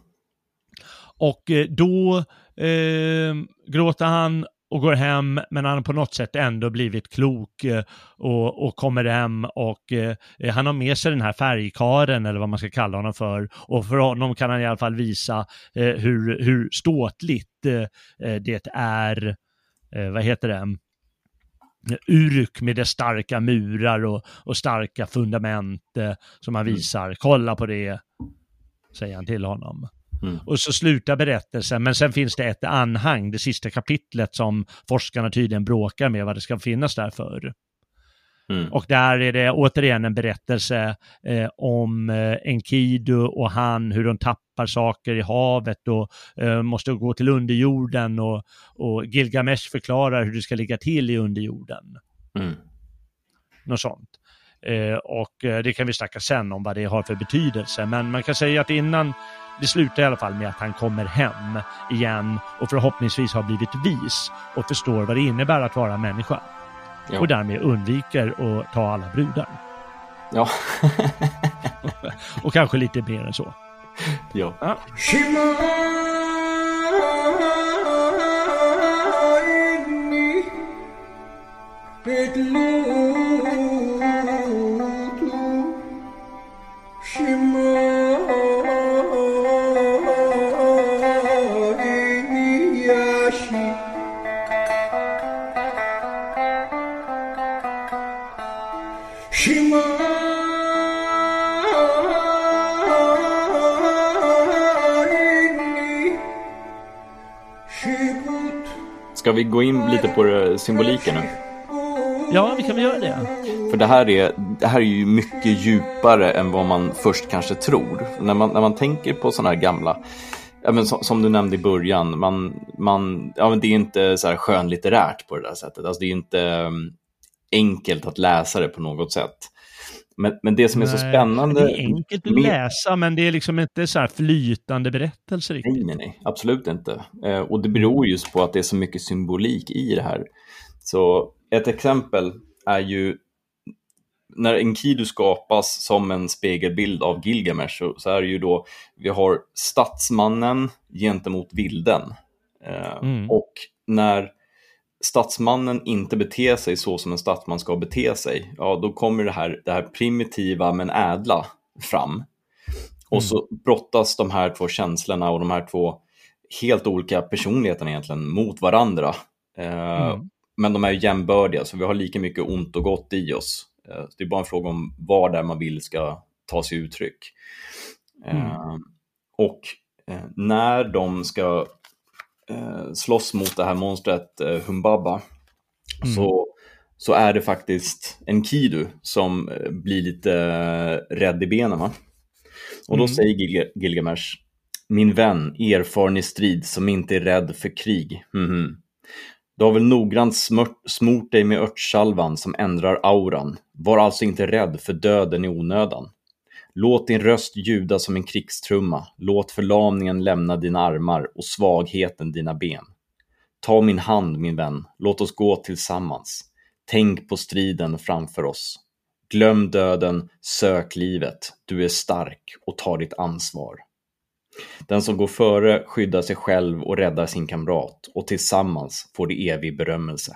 S1: Och eh, då eh, gråter han och går hem, men han har på något sätt ändå blivit klok eh, och, och kommer hem och eh, han har med sig den här färgkaren eller vad man ska kalla honom för, och för honom kan han i alla fall visa eh, hur, hur ståtligt eh, det är, eh, vad heter det, Uruk med dess starka murar och, och starka fundament eh, som han visar, kolla på det, säger han till honom. Mm. Och så slutar berättelsen, men sen finns det ett anhang, det sista kapitlet som forskarna tydligen bråkar med vad det ska finnas där för. Mm. Och där är det återigen en berättelse eh, om eh, Enkidu och han, hur de tappar saker i havet och eh, måste gå till underjorden och, och Gilgamesh förklarar hur det ska ligga till i underjorden. Mm. Något sånt. Eh, och eh, det kan vi snacka sen om vad det har för betydelse. Men man kan säga att innan, det slutar i alla fall med att han kommer hem igen och förhoppningsvis har blivit vis och förstår vad det innebär att vara människa. Ja. Och därmed undviker att ta alla brudar.
S2: Ja.
S1: Och kanske lite mer än så.
S2: Ja.
S1: Ja.
S2: Ska vi gå in lite på symboliken nu?
S1: Ja, vi kan väl göra det.
S2: För det här är, det här är ju mycket djupare än vad man först kanske tror. När man, när man tänker på sådana här gamla, ja, men som, som du nämnde i början, man, man, ja, men det är inte så här skönlitterärt på det där sättet. Alltså det är inte um, enkelt att läsa det på något sätt. Men, men det som nej, är så spännande...
S1: Det är enkelt att med... läsa, men det är liksom inte så här flytande berättelser riktigt.
S2: Nej, nej, nej, absolut inte. Eh, och det beror just på att det är så mycket symbolik i det här. Så ett exempel är ju när Enkidu skapas som en spegelbild av Gilgamesh, så, så är det ju då vi har statsmannen gentemot vilden. Eh, mm. Och när statsmannen inte beter sig så som en statsman ska bete sig, ja, då kommer det här, det här primitiva men ädla fram. Och mm. så brottas de här två känslorna och de här två helt olika personligheterna egentligen mot varandra. Eh, mm. Men de är ju jämbördiga, så vi har lika mycket ont och gott i oss. Eh, det är bara en fråga om var där man vill ska ta sig uttryck. Eh, mm. Och eh, när de ska eh, slåss mot det här monstret eh, Humbaba, mm. så, så är det faktiskt Enkidu som eh, blir lite eh, rädd i benen, va? Och då mm. säger Gil- Gilgamesh: min vän, erfaren i strid, som inte är rädd för krig. Mm-hmm. Du har väl noggrant smört, smort dig med örtsalvan som ändrar auran. Var alltså inte rädd för döden i onödan. Låt din röst ljuda som en krigstrumma. Låt förlamningen lämna dina armar och svagheten dina ben. Ta min hand, min vän. Låt oss gå tillsammans. Tänk på striden framför oss. Glöm döden, sök livet. Du är stark och tar ditt ansvar. Den som går före skyddar sig själv och räddar sin kamrat, och tillsammans får det evig berömmelse.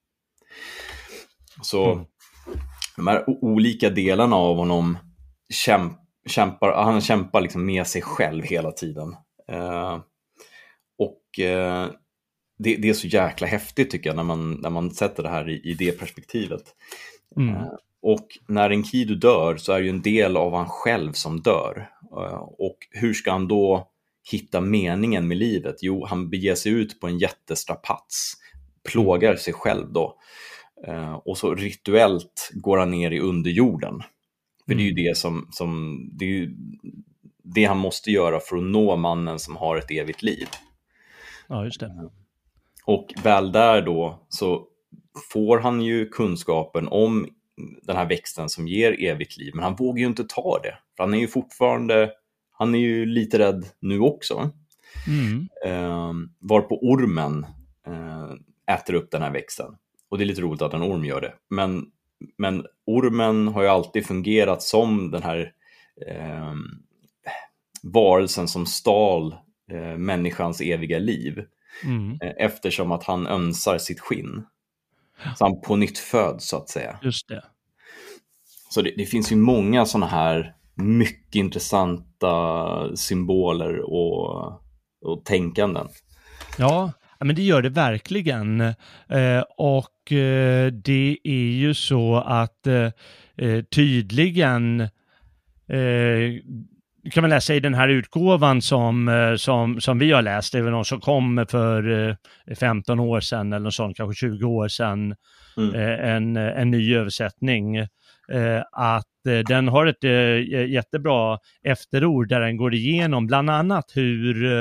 S2: Så mm. de här olika delarna av honom kämp, kämpar, han kämpar liksom med sig själv hela tiden. Eh, och eh, det, det är så jäkla häftigt, tycker jag, när man, när man sätter det här i, i det perspektivet. Mm. Eh, och när Enkidu dör så är det ju en del av han själv som dör. Och hur ska han då hitta meningen med livet? Jo, han beger sig ut på en jättestrapats, plågar sig själv då. Och så rituellt går han ner i underjorden. För det är ju det som, som det, är ju det han måste göra för att nå mannen som har ett evigt liv.
S1: Ja, just det.
S2: Och väl där då så får han ju kunskapen om den här växten som ger evigt liv, men han vågar ju inte ta det, för han är ju fortfarande, han är ju lite rädd nu också. Mm. eh, varpå ormen eh, äter upp den här växten, och det är lite roligt att en orm gör det, men, men ormen har ju alltid fungerat som den här eh, varelsen som stal eh, människans eviga liv, mm. eh, eftersom att han önsar sitt skinn. Så han på nytt föds, så att säga.
S1: Just det.
S2: Så det, det finns ju många sådana här mycket intressanta symboler och, och tänkanden.
S1: Ja, men det gör det verkligen. Eh, och eh, det är ju så att eh, tydligen eh, kan man läsa i den här utgåvan som, som, som vi har läst, det är väl någon som kom för femton år sedan eller något sånt, kanske tjugo år sedan, mm. en, en ny översättning, att den har ett jättebra efterord där den går igenom bland annat hur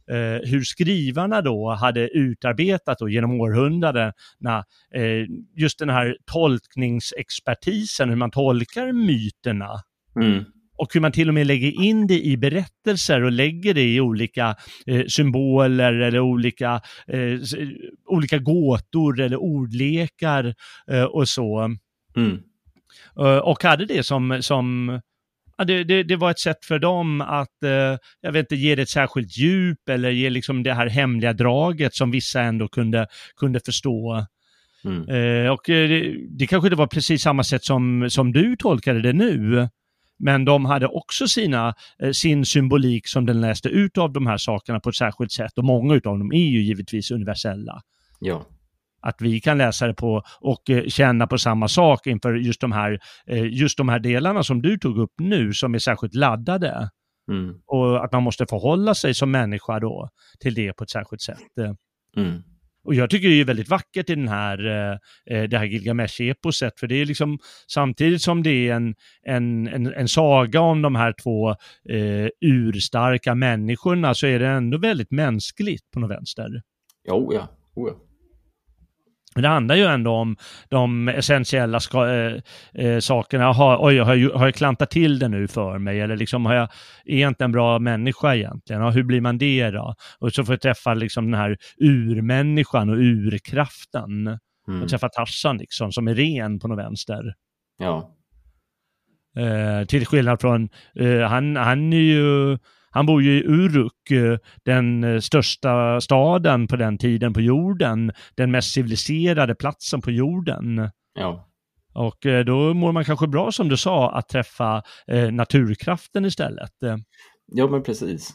S1: eh, hur skrivarna då hade utarbetat då genom århundradena eh, just den här tolkningsexpertisen, hur man tolkar myterna.
S2: Mm.
S1: Och hur man till och med lägger in det i berättelser och lägger det i olika eh, symboler eller olika, eh, olika gåtor eller ordlekar eh, och så.
S2: Mm.
S1: Uh, och hade det som, som ja, det, det, det var ett sätt för dem att, uh, jag vet inte, ge det ett särskilt djup eller ge liksom det här hemliga draget som vissa ändå kunde, kunde förstå.
S2: Mm.
S1: Uh, och uh, det, det kanske inte var precis samma sätt som, som du tolkade det nu. Men de hade också sina, uh, sin symbolik som den läste ut av de här sakerna på ett särskilt sätt. Och många av dem är ju givetvis universella.
S2: Ja.
S1: Att vi kan läsa det på och eh, känna på samma sak inför just de här, eh, just de här delarna som du tog upp nu som är särskilt laddade.
S2: Mm.
S1: Och att man måste förhålla sig som människa då till det på ett särskilt sätt.
S2: Mm.
S1: Och jag tycker det är väldigt vackert i den här, eh, det här Gilgamesh-eposet, för det är liksom samtidigt som det är en, en, en, en saga om de här två eh, urstarka människorna, så är det ändå väldigt mänskligt på något vänster.
S2: Jo, ja. Oh, ja.
S1: Men det handlar ju ändå om de essentiella ska, äh, äh, sakerna. Har, oj, har, jag, har jag klantat till det nu för mig? Eller liksom, har jag, är jag inte en bra människa egentligen? Ja, hur blir man det då? Och så får jag träffa liksom den här urmänniskan och urkraften. Mm. Och träffa Tarzan liksom, som är ren på något vänster.
S2: Ja.
S1: Äh, till skillnad från, äh, han, han är ju... Han bor ju i Uruk, den största staden på den tiden på jorden. Den mest civiliserade platsen på jorden.
S2: Ja.
S1: Och då mår man kanske bra, som du sa, att träffa eh, naturkraften istället.
S2: Ja, men precis.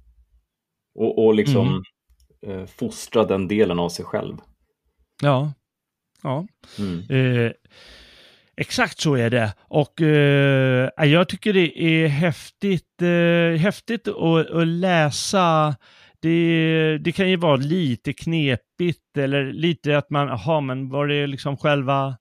S2: Och, och liksom mm. eh, fostra den delen av sig själv.
S1: Ja. Ja.
S2: Mm.
S1: Eh, Exakt så är det. Och eh, jag tycker det är häftigt, eh, häftigt att, att läsa. Det, det kan ju vara lite knepigt eller lite att man, aha, men var det liksom själva...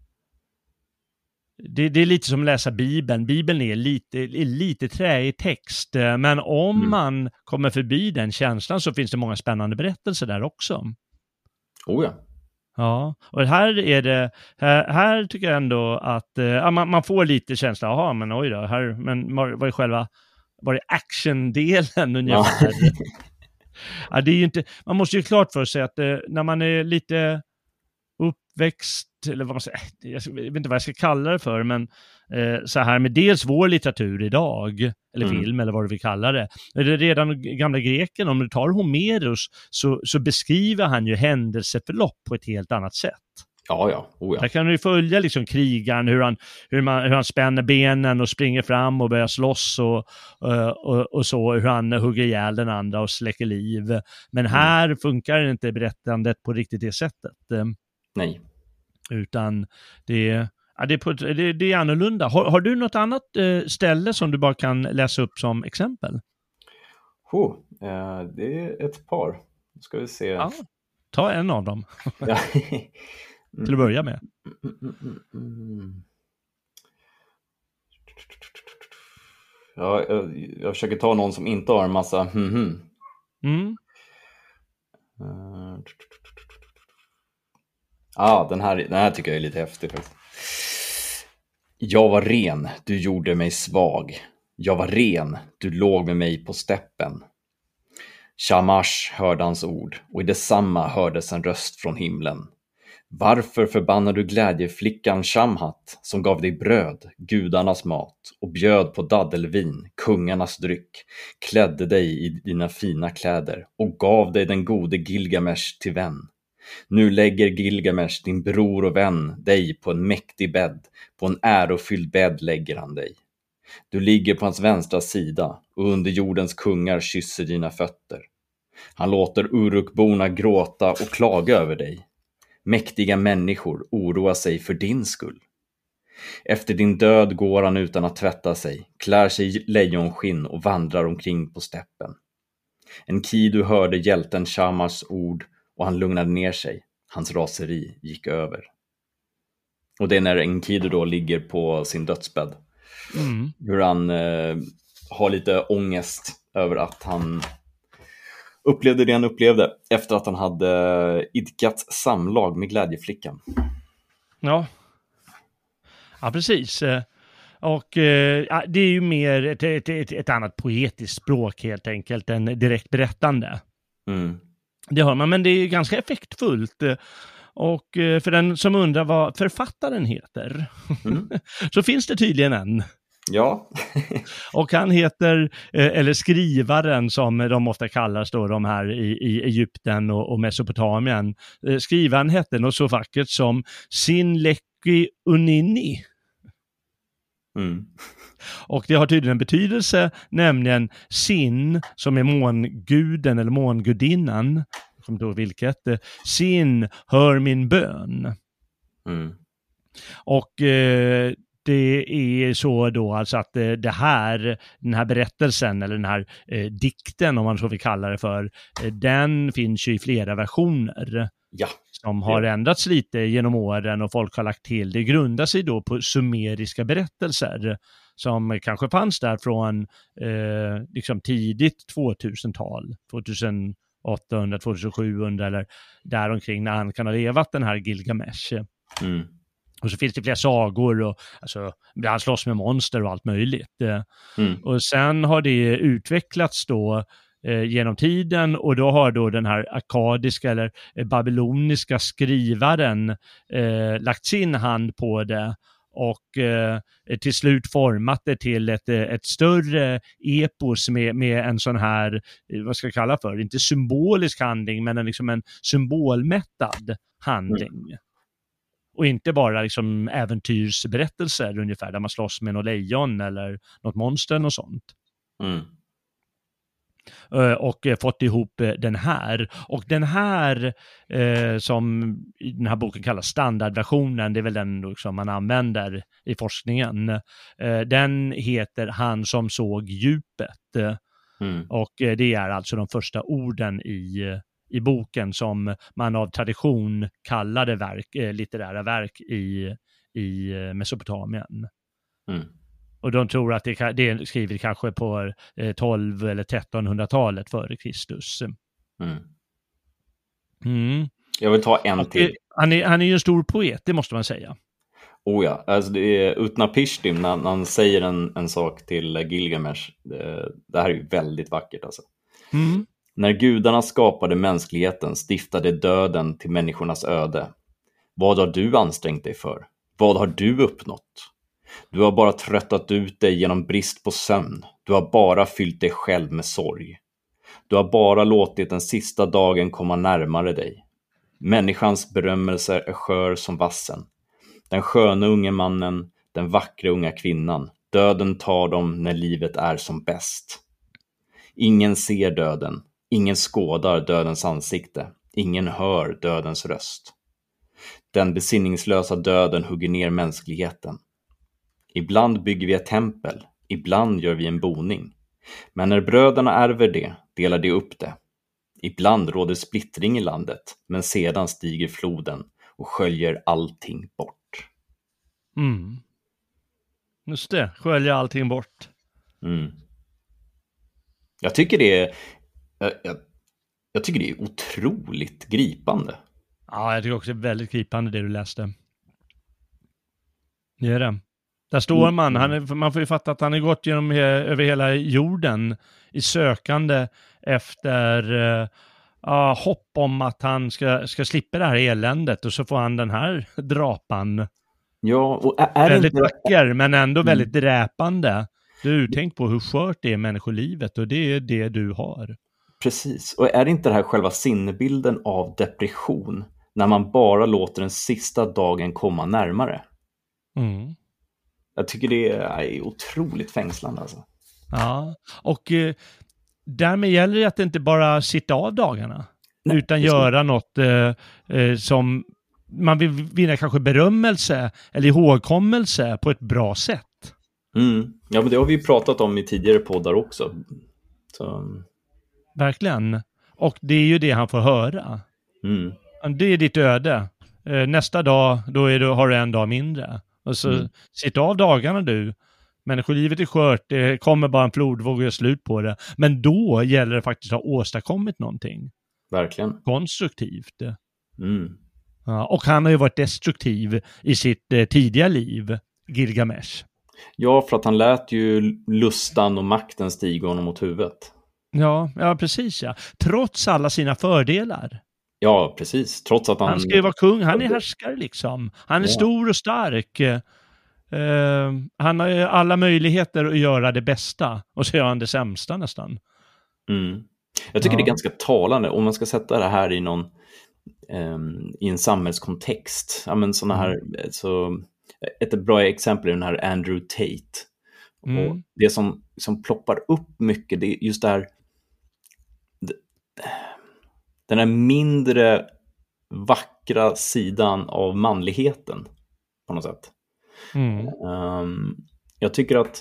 S1: Det, det är lite som att läsa Bibeln. Bibeln är lite, är lite träig text, men om mm. man kommer förbi den känslan så finns det många spännande berättelser där också.
S2: Oh ja.
S1: Ja, och här är det, här, här tycker jag ändå att ja, man, man får lite känsla, jaha, men oj då, här, men var, var är själva, var är actiondelen ungefär? Ja. Ja, det är ju inte, man måste ju klart för sig att eh, när man är lite uppväxt, eller vad man säger, jag vet inte vad jag ska kalla det för, men eh, så här med dels vår litteratur idag, eller mm. film, eller vad du vill kalla det. Det är redan gamla greken, om du tar Homerus, så, så beskriver han ju händelseförlopp på ett helt annat sätt.
S2: Ja, ja. Oh, ja.
S1: Där kan du följa liksom krigaren, hur han, hur, man, hur han spänner benen och springer fram och börjar slåss och, och, och så, hur han hugger ihjäl den andra och släcker liv. Men här mm. funkar inte berättandet på riktigt det sättet.
S2: Nej.
S1: Utan det, ja, det, är, på, det, det är annorlunda. Har, har du något annat eh, ställe som du bara kan läsa upp som exempel?
S2: Oh, eh, det är ett par. Nu ska vi se.
S1: Ja, ta en av dem.
S2: Ja.
S1: Till att börja med.
S2: Mm, mm, mm, mm. Ja, jag, jag försöker ta någon som inte har en massa mm-hmm.
S1: Mm.
S2: Uh, ah, den här, den här tycker jag är lite häftig faktiskt. Jag var ren, du gjorde mig svag. Jag var ren, du låg med mig på steppen. Shamash hörde hans ord, och i detsamma hördes en röst från himlen. Varför förbannar du glädjeflickan Shamhat, som gav dig bröd, gudarnas mat, och bjöd på daddelvin, kungarnas dryck, klädde dig i dina fina kläder och gav dig den gode Gilgamesh till vän? Nu lägger Gilgamesh, din bror och vän, dig på en mäktig bädd, på en ärofylld bädd lägger han dig. Du ligger på hans vänstra sida, och under jordens kungar kysser dina fötter. Han låter Urukborna gråta och klaga över dig. Mäktiga människor oroar sig för din skull. Efter din död går han utan att tvätta sig, klär sig i lejonskinn och vandrar omkring på steppen. Enkidu hörde hjälten Shamars ord, och han lugnade ner sig. Hans raseri gick över. Och det är när Enkidu då ligger på sin dödsbädd.
S1: Mm.
S2: Hur han eh, har lite ångest över att han upplevde det han upplevde efter att han hade idkat samlag med glädjeflickan.
S1: Ja, ja precis. Och eh, det är ju mer ett, ett, ett, ett annat poetiskt språk helt enkelt än direkt berättande.
S2: Mm.
S1: Det hör man, men det är ganska effektfullt. Och för den som undrar vad författaren heter mm. så finns det tydligen en.
S2: Ja.
S1: Och han heter, eller skrivaren som de ofta kallas då, de här i, i Egypten och, och Mesopotamien. Skrivaren hette något så vackert som Sinleki Unini.
S2: Mm.
S1: Och det har tydligen en betydelse, nämligen Sin, som är månguden eller mångudinnan, som då vilket, Sin, hör min bön.
S2: Mm.
S1: Och eh, det är så då alltså att eh, det här, den här berättelsen eller den här eh, dikten, om man så vill kalla det för, eh, den finns ju i flera versioner.
S2: Ja.
S1: Som har ja. ändrats lite genom åren och folk har lagt till. Det grundar sig då på sumeriska berättelser som kanske fanns där från eh, liksom tidigt tvåtusental, tjugoåttahundra, tjugosjuhundra eller däromkring när han kan ha levat, den här Gilgamesh.
S2: Mm.
S1: Och så finns det flera sagor och alltså, han slåss med monster och allt möjligt.
S2: Mm.
S1: Och sen har det utvecklats då eh, genom tiden, och då har då den här akkadiska eller eh, babyloniska skrivaren eh, lagt sin hand på det och eh, till slut format det till ett, ett större epos med, med en sån här, vad ska jag kalla för, inte symbolisk handling men en, liksom en symbolmättad handling. Mm. Och inte bara liksom äventyrsberättelser ungefär där man slåss med något lejon eller något monster och sånt.
S2: Mm.
S1: Och fått ihop den här. Och den här eh, som i den här boken kallas standardversionen, det är väl den som man använder i forskningen. Eh, den heter Han som såg djupet.
S2: Mm.
S1: Och det är alltså de första orden i i boken som man av tradition kallade verk, eh, litterära verk i, i Mesopotamien.
S2: Mm.
S1: Och de tror att det, det är skrivet kanske på eh, tolv- eller trettonhundratalet före Kristus.
S2: Mm.
S1: Mm.
S2: Jag vill ta en
S1: och,
S2: till.
S1: Han är, han är ju en stor poet, det måste man säga.
S2: Oh ja, alltså det är Utnapishtim när, när han säger en, en sak till Gilgamesh. Det, det här är ju väldigt vackert alltså.
S1: Mm.
S2: När gudarna skapade mänskligheten stiftade döden till människornas öde. Vad har du ansträngt dig för? Vad har du uppnått? Du har bara tröttat ut dig genom brist på sömn. Du har bara fyllt dig själv med sorg. Du har bara låtit den sista dagen komma närmare dig. Människans berömmelser är skör som vassen. Den sköna unge mannen, den vackra unga kvinnan. Döden tar dem när livet är som bäst. Ingen ser döden. Ingen skådar dödens ansikte. Ingen hör dödens röst. Den besinningslösa döden hugger ner mänskligheten. Ibland bygger vi ett tempel. Ibland gör vi en boning. Men när bröderna ärver det, delar de upp det. Ibland råder splittring i landet, men sedan stiger floden och sköljer allting bort.
S1: Mm. Just det, sköljer allting bort.
S2: Mm. Jag tycker det är jag, jag, jag tycker det är otroligt gripande.
S1: Ja, jag tycker också det är väldigt gripande det du läste. Det är det. Där står man, han är, man får ju fatta att han har gått genom över hela jorden i sökande efter uh, uh, hopp om att han ska, ska slippa det här eländet, och så får han den här drapan.
S2: Ja, och är, är
S1: väldigt
S2: inte...
S1: vacker men ändå mm. väldigt dräpande. Du tänk på hur skört det är människolivet, och det är det du har.
S2: Precis, och är inte det här själva sinnebilden av depression när man bara låter den sista dagen komma närmare?
S1: Mm.
S2: Jag tycker det är otroligt fängslande alltså.
S1: Ja, och eh, därmed gäller det att inte bara sitta av dagarna. Nej, utan göra något eh, eh, som man vill vinna kanske berömmelse eller ihågkommelse på ett bra sätt.
S2: Mm. Ja, men det har vi pratat om i tidigare poddar också. Så...
S1: Verkligen. Och det är ju det han får höra.
S2: Mm.
S1: Det är ditt öde. Eh, nästa dag, då är du, har du en dag mindre. Och så mm. sitt av dagarna du. Människolivet är skört, det kommer bara en flodvåg och gör slut på det. Men då gäller det faktiskt att ha åstadkommit någonting.
S2: Verkligen.
S1: Konstruktivt.
S2: Mm.
S1: Ja, och han har ju varit destruktiv i sitt eh, tidiga liv, Gilgamesh.
S2: Ja, för att han lät ju lustan och makten stiga honom mot huvudet.
S1: Ja, ja precis ja. Trots alla sina fördelar.
S2: Ja, precis. Trots att han...
S1: Han ska ju vara kung, han är härskare liksom. Han är ja. stor och stark. Uh, han har ju alla möjligheter att göra det bästa. Och så gör han det sämsta nästan.
S2: Mm. Jag tycker ja. det är ganska talande. Om man ska sätta det här i någon... Um, i en samhällskontext. Ja, men såna här... Mm. Så, ett bra exempel är den här Andrew Tate. Mm. Och det som, som ploppar upp mycket, det är just det här... Den här mindre vackra sidan av manligheten på något sätt. Mm. Um, jag tycker att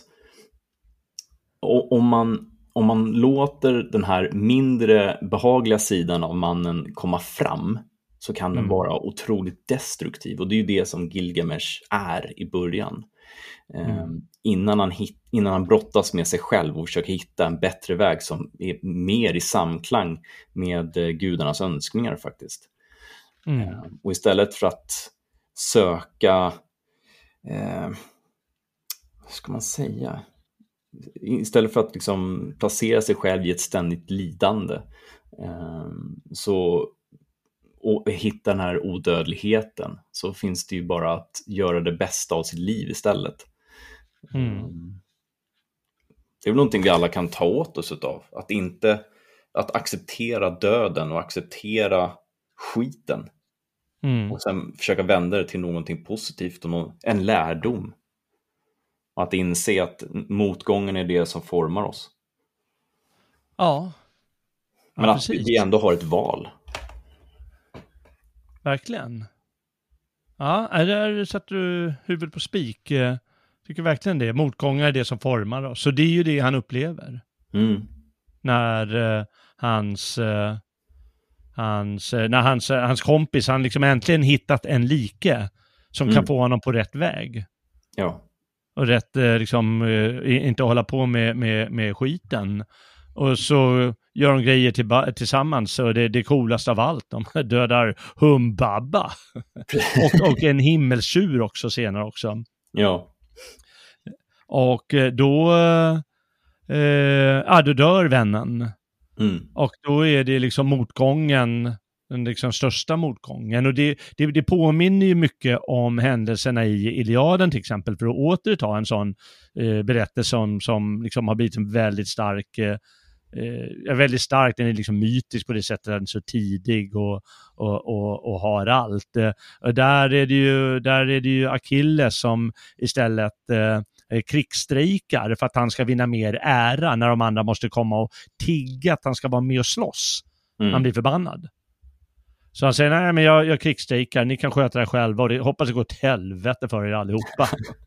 S2: om man, om man låter den här mindre behagliga sidan av mannen komma fram så kan mm. den vara otroligt destruktiv. Och det är ju det som Gilgamesh är i början. Mm. Um, innan, han hit, innan han brottas med sig själv och försöker hitta en bättre väg som är mer i samklang med uh, gudarnas önskningar faktiskt. Mm. Um, och istället för att söka uh, vad ska man säga? Istället för att liksom placera sig själv i ett ständigt lidande um, så och hitta den här odödligheten, så finns det ju bara att göra det bästa av sitt liv istället. Mm. Det är väl någonting vi alla kan ta åt oss av. Att inte att acceptera döden och acceptera skiten. Mm. Och sen försöka vända det till någonting positivt och någon, en lärdom. Och att inse att motgången är det som formar oss.
S1: Ja.
S2: Men ja, att precis. Vi ändå har ett val.
S1: Verkligen. Ja, där sätter du huvudet på spik. Jag tycker verkligen det. Motgångar är det som formar oss. Så det är ju det han upplever. Mm. När uh, hans, uh, hans, uh, när hans, uh, hans kompis, han liksom äntligen hittat en like som mm. kan få honom på rätt väg.
S2: Ja. Och
S1: rätt, uh, liksom, uh, inte hålla på med, med, med skiten. Och så gör de grejer till, tillsammans, och det är det coolaste av allt. De dödar Humbaba. och, och en himmelstjur också senare också.
S2: Ja.
S1: Och då, eh, ja, då dör vännen. Mm. Och då är det liksom motgången, den liksom största motgången. Och det, det, det påminner ju mycket om händelserna i Iliaden till exempel, för att återta en sån eh, berättelse som, som liksom har blivit en väldigt stark... Eh, är väldigt stark, den är liksom mytisk på det sättet, den är så tidig och, och, och, och har allt. Och där är det ju, där är det ju Achilles som istället eh, krigsstrejkar för att han ska vinna mer ära när de andra måste komma och tigga att han ska vara med och slåss. Mm. Han blir förbannad. Så han säger, nej men jag, jag krigsstrejkar, ni kan sköta det själva och det, hoppas det går till helvete för er allihopa.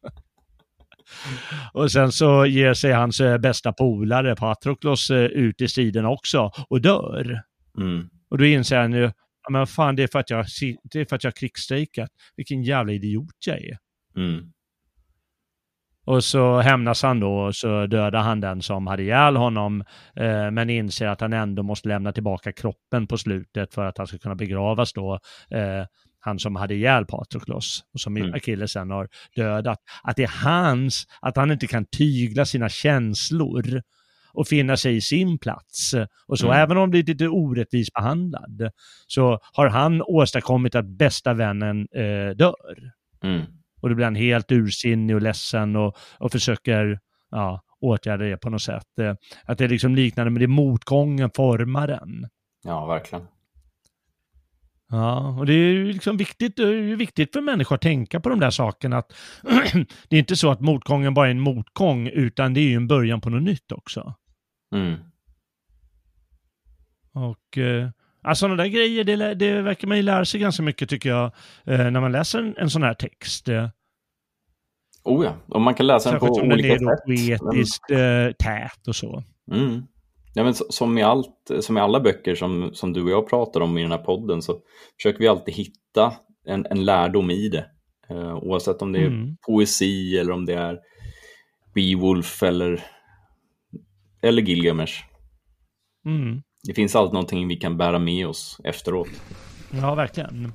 S1: Och sen så ger sig hans bästa polare Patroklos ut i striden också och dör. Mm. Och då inser han ju, ja, men fan, det är för att jag det är för att jag krigsstrejkat. Vilken jävla idiot jag är. Mm. Och så hämnas han då och så dödar han den som hade ihjäl honom, eh, men inser att han ändå måste lämna tillbaka kroppen på slutet för att han ska kunna begravas då. Eh, han som hade ihjäl Patroklos och som mm. Achilles sen har dödat. Att det är hans, att han inte kan tygla sina känslor och finna sig i sin plats. Och så mm. även om det är lite orättvist behandlad, så har han åstadkommit att bästa vännen eh, dör. Mm. Och då blir han helt ursinnig och ledsen och, och försöker ja, åtgärda det på något sätt. Eh, att det är liksom liknande med det motgången formar den.
S2: Ja, verkligen.
S1: Ja, och det är ju liksom viktigt, det är ju viktigt för människor att tänka på de där sakerna. Att det är inte så att motgången bara är en motgång, utan det är ju en början på något nytt också. Mm. Och eh, alltså sådana där grejer, det, det verkar man ju lära sig ganska mycket tycker jag, eh, när man läser en, en sån här text.
S2: Oh ja, och man kan läsa den på olika sätt.
S1: Poetiskt eh, tät och så. Mm.
S2: Ja, men som i allt, som i alla böcker som, som du och jag pratar om i den här podden, så försöker vi alltid hitta en, en lärdom i det. Uh, oavsett om det är mm. poesi eller om det är Beowulf eller, eller Gilgamesh.
S1: Mm.
S2: Det finns alltid någonting vi kan bära med oss efteråt.
S1: Ja, verkligen.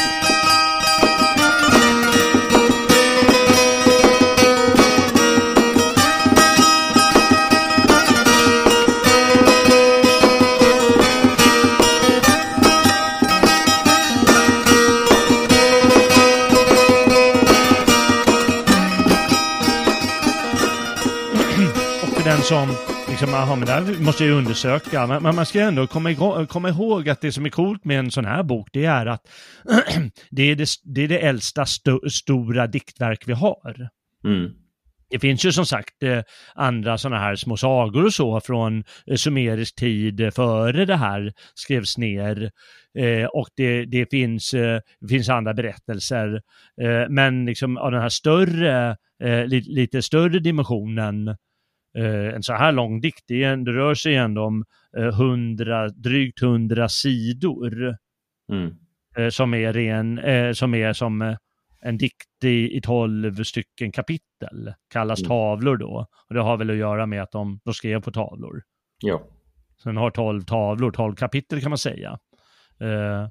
S1: Den som liksom, aha, men där måste jag undersöka, men, men man ska ändå komma, igång, komma ihåg att det som är coolt med en sån här bok, det är att det, är det, det är det äldsta sto, stora diktverk vi har.
S2: Mm.
S1: Det finns ju som sagt eh, andra såna här små sagor och så från eh, sumerisk tid eh, före det här skrevs ner, eh, och det, det, finns, eh, det finns andra berättelser, eh, men liksom av den här större, eh, li, lite större dimensionen. Uh, en så här lång dikt, det, det rör sig ändå om uh, hundra, drygt hundra sidor,
S2: mm.
S1: uh, som är ren, uh, som är som uh, en dikt i, i tolv stycken kapitel, kallas mm. tavlor då, och det har väl att göra med att de, de skrev på tavlor.
S2: Ja.
S1: Så den har tolv tavlor, tolv kapitel kan man säga. Uh,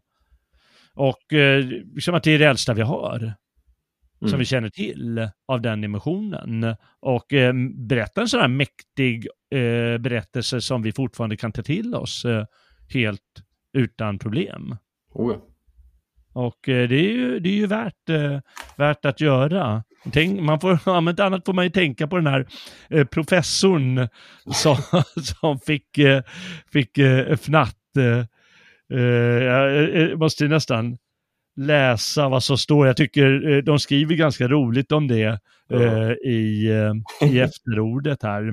S1: och uh, liksom att det är det äldsta vi har. Mm. Som vi känner till av den dimensionen. Och eh, berätta en sån här mäktig eh, berättelse som vi fortfarande kan ta till oss eh, helt utan problem.
S2: Oh ja.
S1: Och eh, det är ju, det är ju värt, eh, värt att göra. Tänk, man får, om inte annat får man ju tänka på den här eh, professorn som, som fick, eh, fick eh, fnatt. Eh, eh, jag måste nästan läsa vad som står. Jag tycker de skriver ganska roligt om det ja. eh, i, eh, i efterordet här.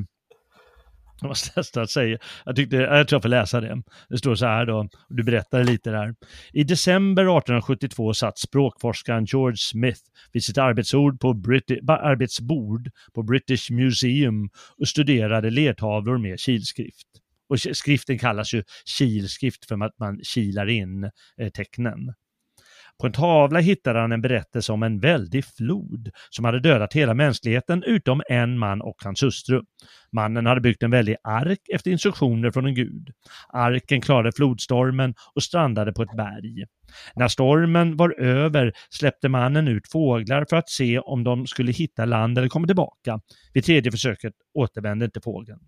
S1: Jag måste nästan säga. Jag, tyckte, jag tror jag får läsa det. Det står så här då. Du berättar lite där. I december arton sjuttiotvå satt språkforskaren George Smith vid sitt arbetsord på Briti- arbetsbord på British Museum och studerade lertavlor med kilskrift. Och skriften kallas ju kilskrift för att man kilar in eh, tecknen. På en tavla hittade han en berättelse om en väldig flod som hade dödat hela mänskligheten utom en man och hans hustru. Mannen hade byggt en väldig ark efter instruktioner från en gud. Arken klarade flodstormen och strandade på ett berg. När stormen var över släppte mannen ut fåglar för att se om de skulle hitta land eller komma tillbaka. Vid tredje försöket återvände inte fågeln.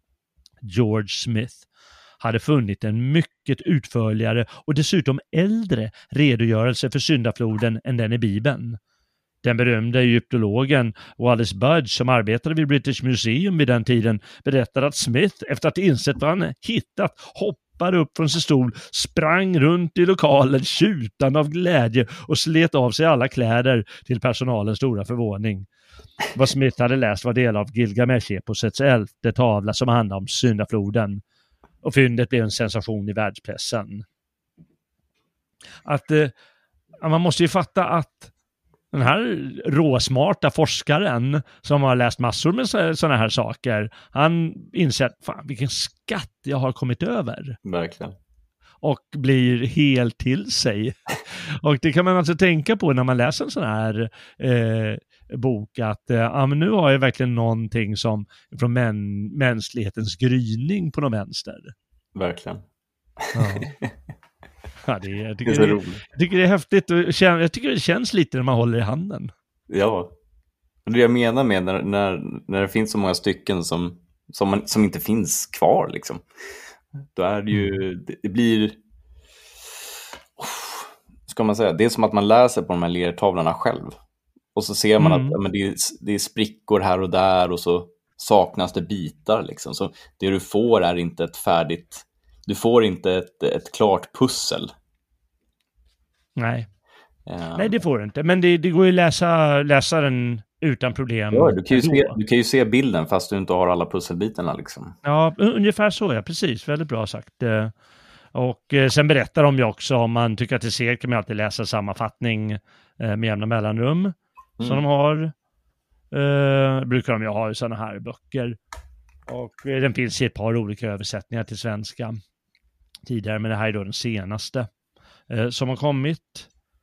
S1: George Smith hade funnit en mycket utförligare och dessutom äldre redogörelse för syndafloden än den i Bibeln. Den berömda egyptologen Wallace Budge som arbetade vid British Museum vid den tiden berättade att Smith efter att insett vad han hittat hoppade upp från sin stol, sprang runt i lokalen tjutande av glädje och slet av sig alla kläder till personalens stora förvåning. Vad Smith hade läst var del av Gilgamesh-eposets elfte tavla som handlar om syndafloden. Och fyndet blev en sensation i världspressen. Att eh, man måste ju fatta att den här råsmarta forskaren som har läst massor med sådana här saker, han inser att fan, vilken skatt jag har kommit över.
S2: Verkligen.
S1: Och blir helt till sig. Och det kan man alltså tänka på när man läser en sån här eh, bok att eh, ja, men nu har jag verkligen någonting som från män, mänsklighetens gryning på någon vänster.
S2: Verkligen.
S1: Ja. Ja, det, jag, tycker
S2: det är
S1: det, jag tycker det är häftigt och jag tycker det känns lite när man håller i handen.
S2: Ja, det jag menar med när, när, när det finns så många stycken som, som, man, som inte finns kvar liksom. Då är det ju, det, det blir, ska man säga, det är som att man läser på de här lertavlorna själv. Och så ser man mm. att ja, men det, är, det är sprickor här och där och så saknas det bitar liksom. Så det du får är inte ett färdigt, du får inte ett, ett klart pussel.
S1: Nej, um, Nej det får du inte. Men det, det går ju att läsa, läsa den utan problem.
S2: Ja, du kan, ju se, du kan ju se bilden fast du inte har alla pusselbitarna liksom.
S1: Ja, ungefär så, ja, precis. Väldigt bra sagt. Och sen berättar de ju också, om man tycker att det ser, kan man alltid läsa sammanfattning med jämna mellanrum mm. som de har. Uh, brukar de ju ha i sådana här böcker. Och den finns i ett par olika översättningar till svenska tidigare, men det här är då den senaste uh, som har kommit.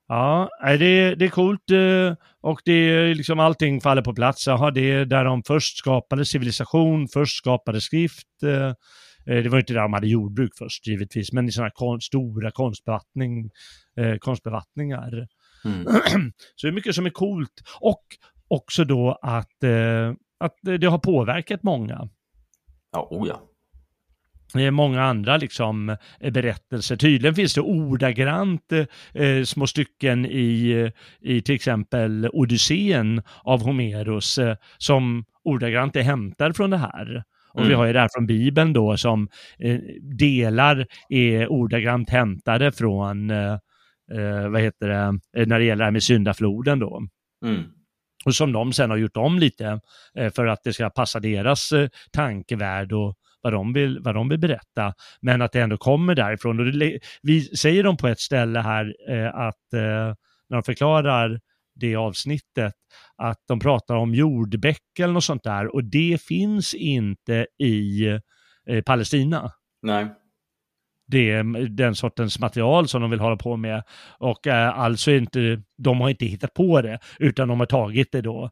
S1: Ja, det, det är coolt och det är liksom allting faller på plats. Jaha, det är där de först skapade civilisation, först skapade skrift. Det var inte där de hade jordbruk först givetvis, men i sådana kon- stora konstbevattning, eh, konstbevattningar. Mm. Så det är mycket som är coolt. Och också då att, eh, att det har påverkat många.
S2: Ja, oh ja.
S1: Det är många andra liksom berättelser. Tydligen finns det ordagrant eh, små stycken i, i till exempel Odysseen av Homeros eh, som ordagrant är hämtade från det här. Och mm. vi har ju det här från Bibeln då som eh, delar är ordagrant hämtade från eh, vad heter det, när det gäller det här med syndafloden då. Mm. Och som de sen har gjort om lite eh, för att det ska passa deras eh, tankevärld och vad de vill, vad de vill berätta. Men att det ändå kommer därifrån. Och det, vi säger de på ett ställe här eh, att eh, när de förklarar det avsnittet att de pratar om jordbäcken och sånt där och det finns inte i eh, Palestina.
S2: Nej.
S1: Det är den sortens material som de vill hålla på med och eh, alltså inte, de har inte hittat på det utan de har tagit det då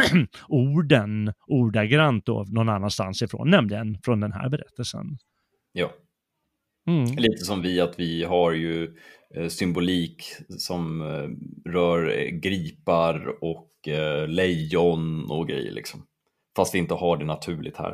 S1: orden, ordagrant då någon annanstans ifrån, nämligen från den här berättelsen.
S2: Ja.
S1: Mm.
S2: Lite som vi, att vi har ju eh, symbolik som eh, rör gripar och eh, lejon och grejer liksom. Fast vi inte har det naturligt här.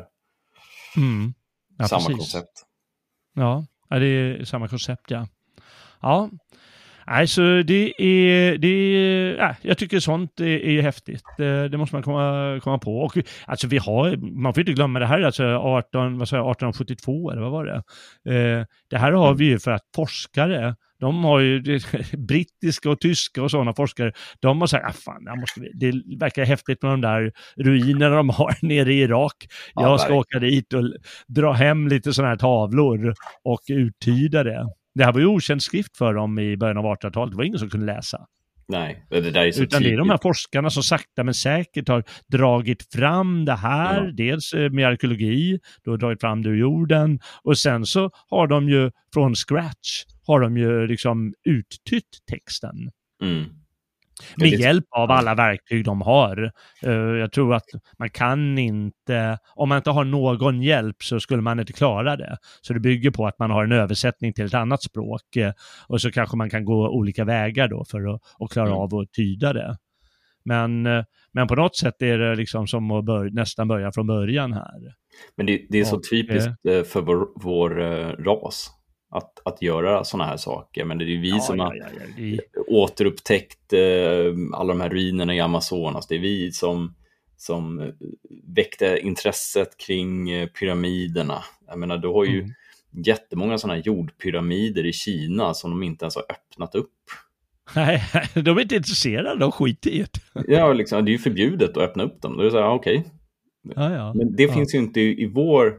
S1: Mm. Ja,
S2: samma
S1: precis.
S2: koncept.
S1: Ja, det är samma koncept, ja. Ja, alltså det är, det är ja, jag tycker sånt är, är häftigt. Det, det måste man komma, komma på. Och alltså vi har, man får inte glömma det här, alltså arton, vad sa jag, arton sjuttiotvå eller vad var det? Eh, det här har vi ju för att forskare, de har ju det, brittiska och tyska och sådana forskare, de har sagt, ah, fan, det, måste vi, det verkar häftigt med de där ruinerna de har nere i Irak. Jag ja, ska åka dit och dra hem lite sådana här tavlor och uttyda det. Det här var ju okänd skrift för dem i början av artonhundratalet. Det var ingen som kunde läsa.
S2: Nej, det där är så
S1: utan
S2: tydligt.
S1: Det är de här forskarna som sakta men säkert har dragit fram det här. Ja. Dels med arkeologi, då har dragit fram det ur jorden. Och sen så har de ju från scratch har de ju liksom uttytt texten.
S2: Mm.
S1: Med hjälp av alla verktyg de har. Jag tror att man kan inte, om man inte har någon hjälp så skulle man inte klara det. Så det bygger på att man har en översättning till ett annat språk och så kanske man kan gå olika vägar då för att, att klara mm. av att tyda det. Men, men på något sätt är det liksom som att börja, nästan börja från början här.
S2: Men det, det är så
S1: och,
S2: typiskt eh, för vår, vår ras. Att, att göra sådana här saker. Men det är ju vi ja, som ja, har ja, ja. Det... återupptäckt eh, alla de här ruinerna i Amazonas. Det är vi som, som väckte intresset kring eh, pyramiderna. Jag menar, du har ju mm. jättemånga sådana här jordpyramider i Kina som de inte ens har öppnat upp.
S1: Nej, de är inte intresserade av skit i det.
S2: Ja, liksom, det är ju förbjudet att öppna upp dem. Då är det så här, ja, okej. Okay.
S1: Ja, ja.
S2: Men det
S1: ja.
S2: finns ju inte i, i vår...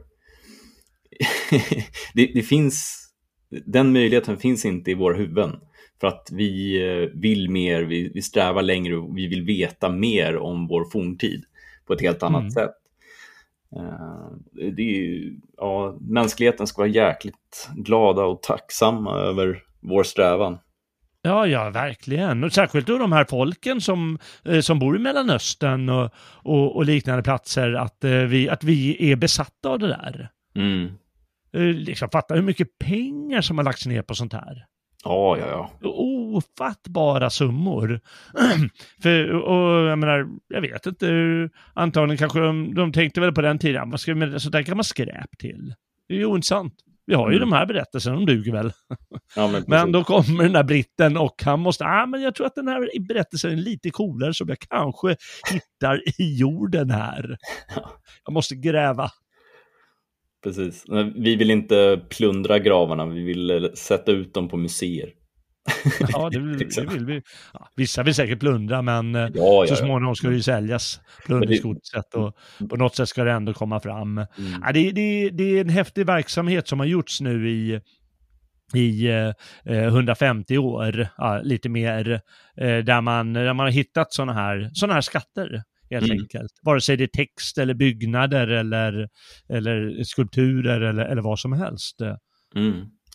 S2: det, det finns... Den möjligheten finns inte i våra huvuden för att vi vill mer, vi, vi strävar längre och vi vill veta mer om vår forntid på ett helt annat mm. sätt. Uh, det är ju, ja, mänskligheten ska vara jäkligt glada och tacksamma över vår strävan.
S1: Ja, ja, verkligen. Och särskilt då de här folken som, eh, som bor i Mellanöstern och, och, och liknande platser, att, eh, vi, att vi är besatta av det där.
S2: Mm.
S1: Liksom fatta hur mycket pengar som har lagts ner på sånt här.
S2: Ja, ja, ja.
S1: Ofattbara summor. För, och jag menar, jag vet inte, antagligen kanske de, de tänkte väl på den tiden, vad ska vi med, så där kan man skräp till. Det är ju ointressant. Vi har ju mm. de här berättelserna, de duger väl.
S2: Ja, men,
S1: men då kommer den där britten och han måste, ah, men jag tror att den här berättelsen är lite coolare som jag kanske hittar i jorden här. Jag måste gräva.
S2: Precis. Vi vill inte plundra gravarna, vi vill sätta ut dem på museer.
S1: Ja, det vill, det vill vi. Ja, vissa vill säkert plundra, men ja,
S2: ja,
S1: så småningom ska det ju säljas plundringsgodset och på något sätt ska det ändå komma fram. Mm. Ja, det, det, det är en häftig verksamhet som har gjorts nu i i eh, hundrafemtio år, ja, lite mer, eh, där, man, där man har hittat sådana här, såna här skatter. Helt mm. enkelt. Vare sig det är text eller byggnader eller, eller skulpturer eller, eller vad som helst.
S2: Mm.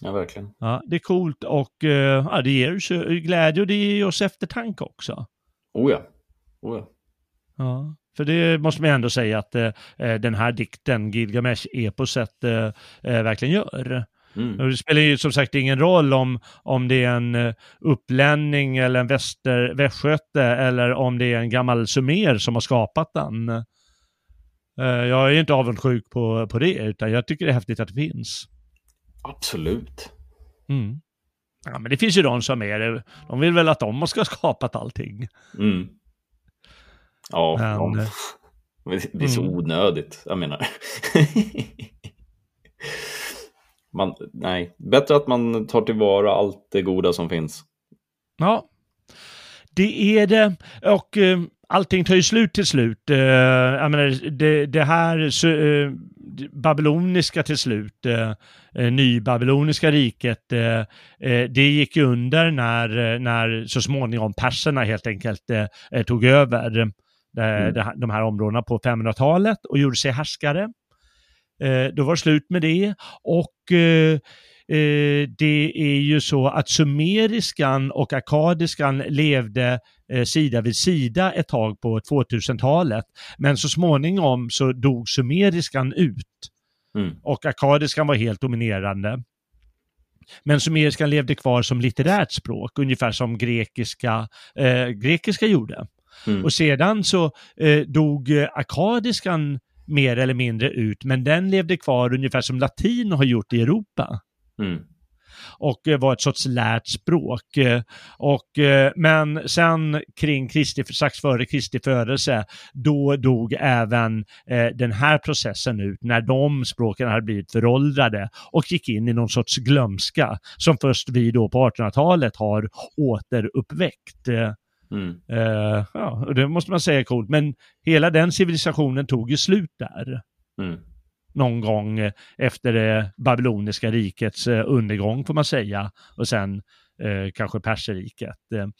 S2: Ja, verkligen.
S1: Ja, det är coolt och uh, ja, det ger oss glädje och det ger oss eftertanke också.
S2: Oh ja, oh ja.
S1: Ja, för det måste man ändå säga att uh, den här dikten, Gilgamesh-eposet, uh, uh, verkligen gör. Mm. Det spelar ju som sagt ingen roll om, om det är en uh, upplänning eller en väster, västgöte eller om det är en gammal sumer som har skapat den. Uh, jag är ju inte avundsjuk på, på det, utan jag tycker det är häftigt att det finns.
S2: Absolut.
S1: Mm. Ja, men det finns ju de som är det. De vill väl att de ska ha skapat allting.
S2: Mm. Ja,
S1: men,
S2: ja. Det är så mm. onödigt, jag menar. man, nej, bättre att man tar tillvara allt det goda som finns.
S1: Ja, det är det. Och uh, allting tar ju slut till slut. Uh, jag menar, det, det här uh, babyloniska till slut, uh, nybabyloniska riket, uh, uh, det gick under när, när så småningom perserna helt enkelt uh, tog över uh, mm. de, de här områdena på femhundratalet och gjorde sig härskare. Uh, då var det slut med det och uh, Uh, det är ju så att sumeriskan och akadiskan levde uh, sida vid sida ett tag på tvåtusentalet, men så småningom så dog sumeriskan ut mm. och akadiskan var helt dominerande. Men sumeriskan levde kvar som litterärt språk, ungefär som grekiska, uh, grekiska gjorde. Mm. Och sedan så uh, dog uh, akadiskan mer eller mindre ut, men den levde kvar ungefär som latin har gjort i Europa. Mm. Och var ett sorts lärt språk. Och, men sen kring Kristi, strax före Kristi födelse, då dog även eh, den här processen ut när de språken hade blivit föråldrade och gick in i någon sorts glömska som först vi då på artonhundratalet har återuppväckt. Mm. Eh, ja, och det måste man säga är coolt, men hela den civilisationen tog ju slut där. Mm. Någon gång efter det babyloniska rikets undergång får man säga. Och sen eh, kanske Perserriket.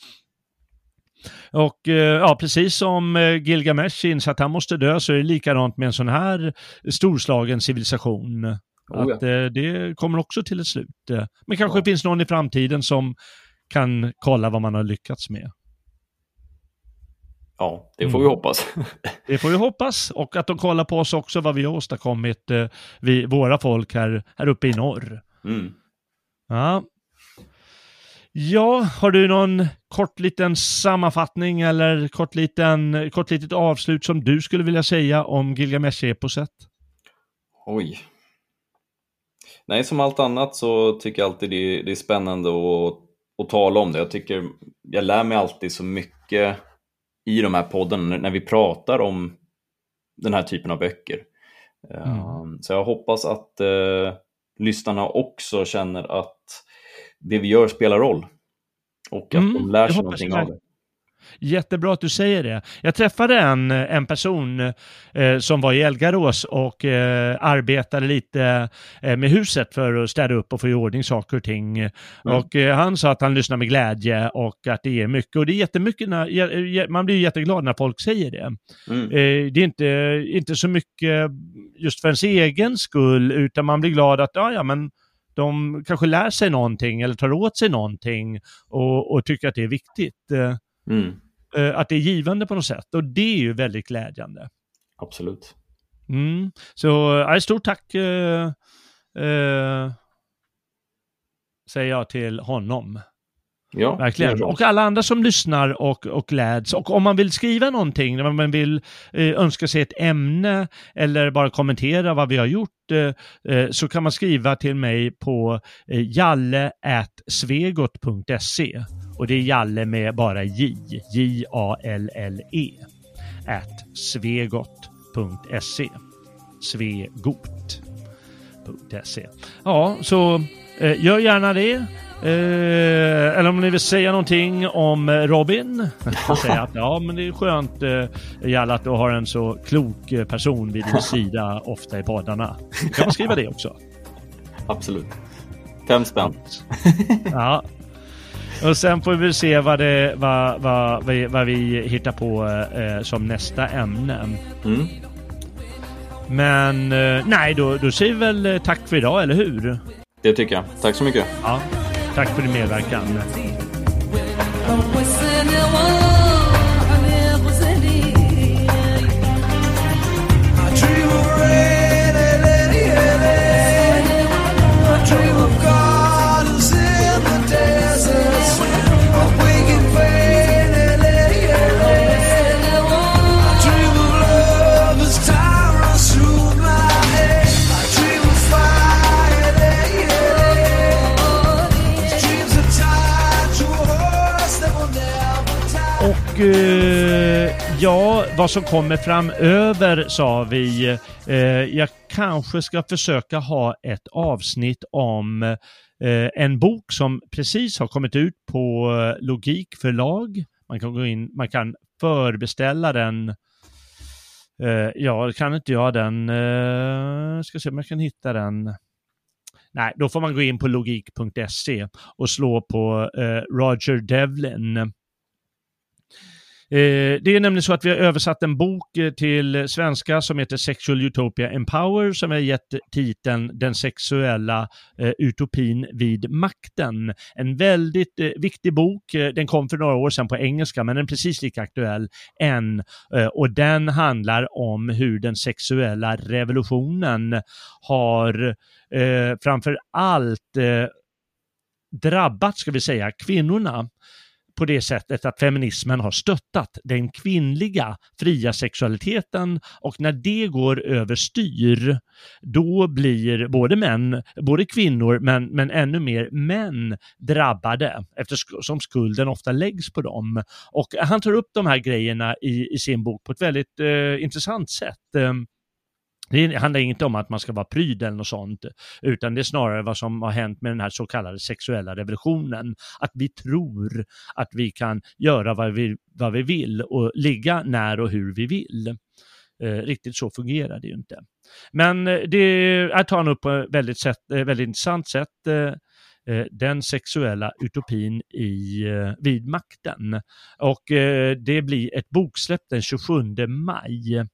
S1: Och eh, ja, precis som Gilgamesh inser att han måste dö, så är det likadant med en sån här storslagen civilisation. Oh, ja. Att eh, det kommer också till ett slut. Men kanske ja. finns någon i framtiden som kan kolla vad man har lyckats med.
S2: Ja, det får vi mm. hoppas.
S1: Det får vi hoppas. Och att de kollar på oss också, vad vi har åstadkommit, eh, vi, våra folk här, här uppe i norr. Mm. Ja. Ja, har du någon kort liten sammanfattning eller kort, liten, kort litet avslut som du skulle vilja säga om Gilgamesh-eposet?
S2: Oj. Nej, som allt annat så tycker jag alltid det, det är spännande att, att tala om det. Jag tycker, jag lär mig alltid så mycket i de här podden när vi pratar om den här typen av böcker. Mm. Så jag hoppas att uh, lyssnarna också känner att det vi gör spelar roll. Och att mm, de lär sig någonting av det.
S1: Jättebra att du säger det. Jag träffade en, en person eh, som var i Elgarås och eh, arbetade lite eh, med huset för att städa upp och få i ordning saker och ting. Mm. Och eh, han sa att han lyssnar med glädje och att det ger mycket. Och det är jättemycket, när, man blir jätteglad när folk säger det. Mm. Eh, det är inte, inte så mycket just för ens egen skull, utan man blir glad att ja, ja men de kanske lär sig någonting eller tar åt sig någonting och, och tycker att det är viktigt. Mm. Att det är givande på något sätt. Och det är ju väldigt glädjande.
S2: Absolut.
S1: Mm. Så ja, stort tack eh, eh, säger jag till honom.
S2: Ja,
S1: verkligen. Och alla andra som lyssnar och, och gläds. Och om man vill skriva någonting, om man vill eh, önska sig ett ämne eller bara kommentera vad vi har gjort, eh, så kan man skriva till mig på eh, jalle at svegot punkt se. Och det är Jalle med bara J, J A L L E, at svegot punkt se, svegot punkt se. Ja, så eh, gör gärna det. Eh, eller om ni vill säga någonting om Robin, jag säga att ja, men det är skönt eh, Jalle, att du har en så klok person vid din sida ofta i poddarna. Kan man skriva det också?
S2: Absolut. Fem spänn.
S1: Ja. Och sen får vi se vad, det, vad, vad, vad, vad vi hittar på eh, som nästa ämne. Mm. Men eh, nej, då, då säger vi väl tack för idag, eller hur?
S2: Det tycker jag. Tack så mycket.
S1: Ja, tack för din medverkan. Och eh, ja, vad som kommer framöver sa vi. Eh, jag kanske ska försöka ha ett avsnitt om eh, en bok som precis har kommit ut på Logikförlag. Man kan gå in, man kan förbeställa den. Eh, ja, kan inte jag den. Eh, ska se om jag kan hitta den. Nej, då får man gå in på logik punkt se och slå på eh, Roger Devlin. Det är nämligen så att vi har översatt en bok till svenska som heter Sexual Utopia Empower, som har gett titeln Den sexuella eh, utopin vid makten. En väldigt eh, viktig bok. Den kom för några år sedan på engelska, men den är precis lika aktuell än. Eh, och den handlar om hur den sexuella revolutionen har eh, framför allt eh, drabbat, ska vi säga, kvinnorna. På det sättet att feminismen har stöttat den kvinnliga fria sexualiteten, och när det går överstyr, då blir både män, både kvinnor men, men ännu mer män drabbade, eftersom skulden ofta läggs på dem. Och han tar upp de här grejerna i, i sin bok på ett väldigt eh, intressant sätt. Det handlar inte om att man ska vara pryd eller något sånt, utan det är snarare vad som har hänt med den här så kallade sexuella revolutionen. Att vi tror att vi kan göra vad vi, vad vi vill och ligga när och hur vi vill. Eh, riktigt så fungerar det ju inte. Men det tar han upp på ett väldigt, sätt, väldigt intressant sätt. Eh, den sexuella utopin i, eh, vid makten. Och eh, det blir ett boksläpp den tjugosjunde maj.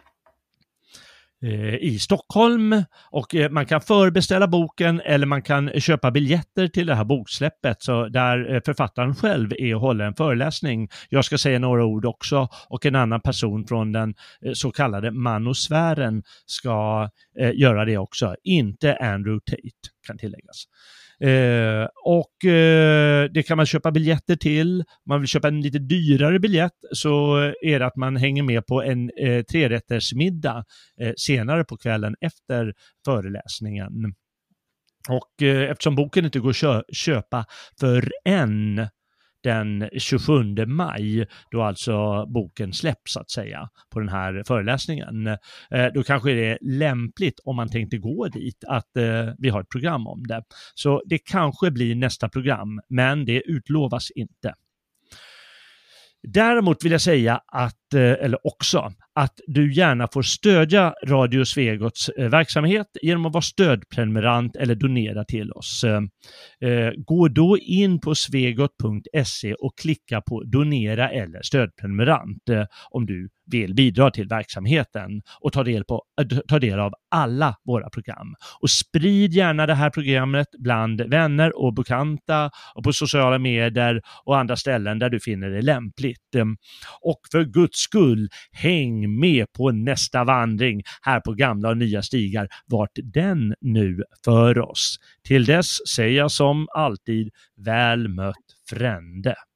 S1: I Stockholm, och man kan förbeställa boken eller man kan köpa biljetter till det här boksläppet, så där författaren själv är och håller en föreläsning. Jag ska säga några ord också, och en annan person från den så kallade manosfären ska göra det också. Inte Andrew Tate, kan tilläggas. Eh, och eh, det kan man köpa biljetter till. Man vill köpa en lite dyrare biljett, så är det att man hänger med på en eh, trerättersmiddag eh, senare på kvällen efter föreläsningen. Och eh, eftersom boken inte går att kö- köpa för en den tjugosjunde maj, då alltså boken släpps så att säga på den här föreläsningen, eh, då kanske det är lämpligt, om man tänkte gå dit, att eh, vi har ett program om det. Så det kanske blir nästa program, men det utlovas inte. Däremot vill jag säga att, eller också, att du gärna får stödja Radio Svegots verksamhet genom att vara stödprenumerant eller donera till oss. Gå då in på svegot punkt se och klicka på donera eller stödprenumerant om du vill bidra till verksamheten och ta del, på, ta del av alla våra program. Och sprid gärna det här programmet bland vänner och bekanta och på sociala medier och andra ställen där du finner det lämpligt. Och för Guds skull, häng med på nästa vandring här på gamla och nya stigar, vart den nu för oss. Till dess säger jag som alltid, väl mött frände.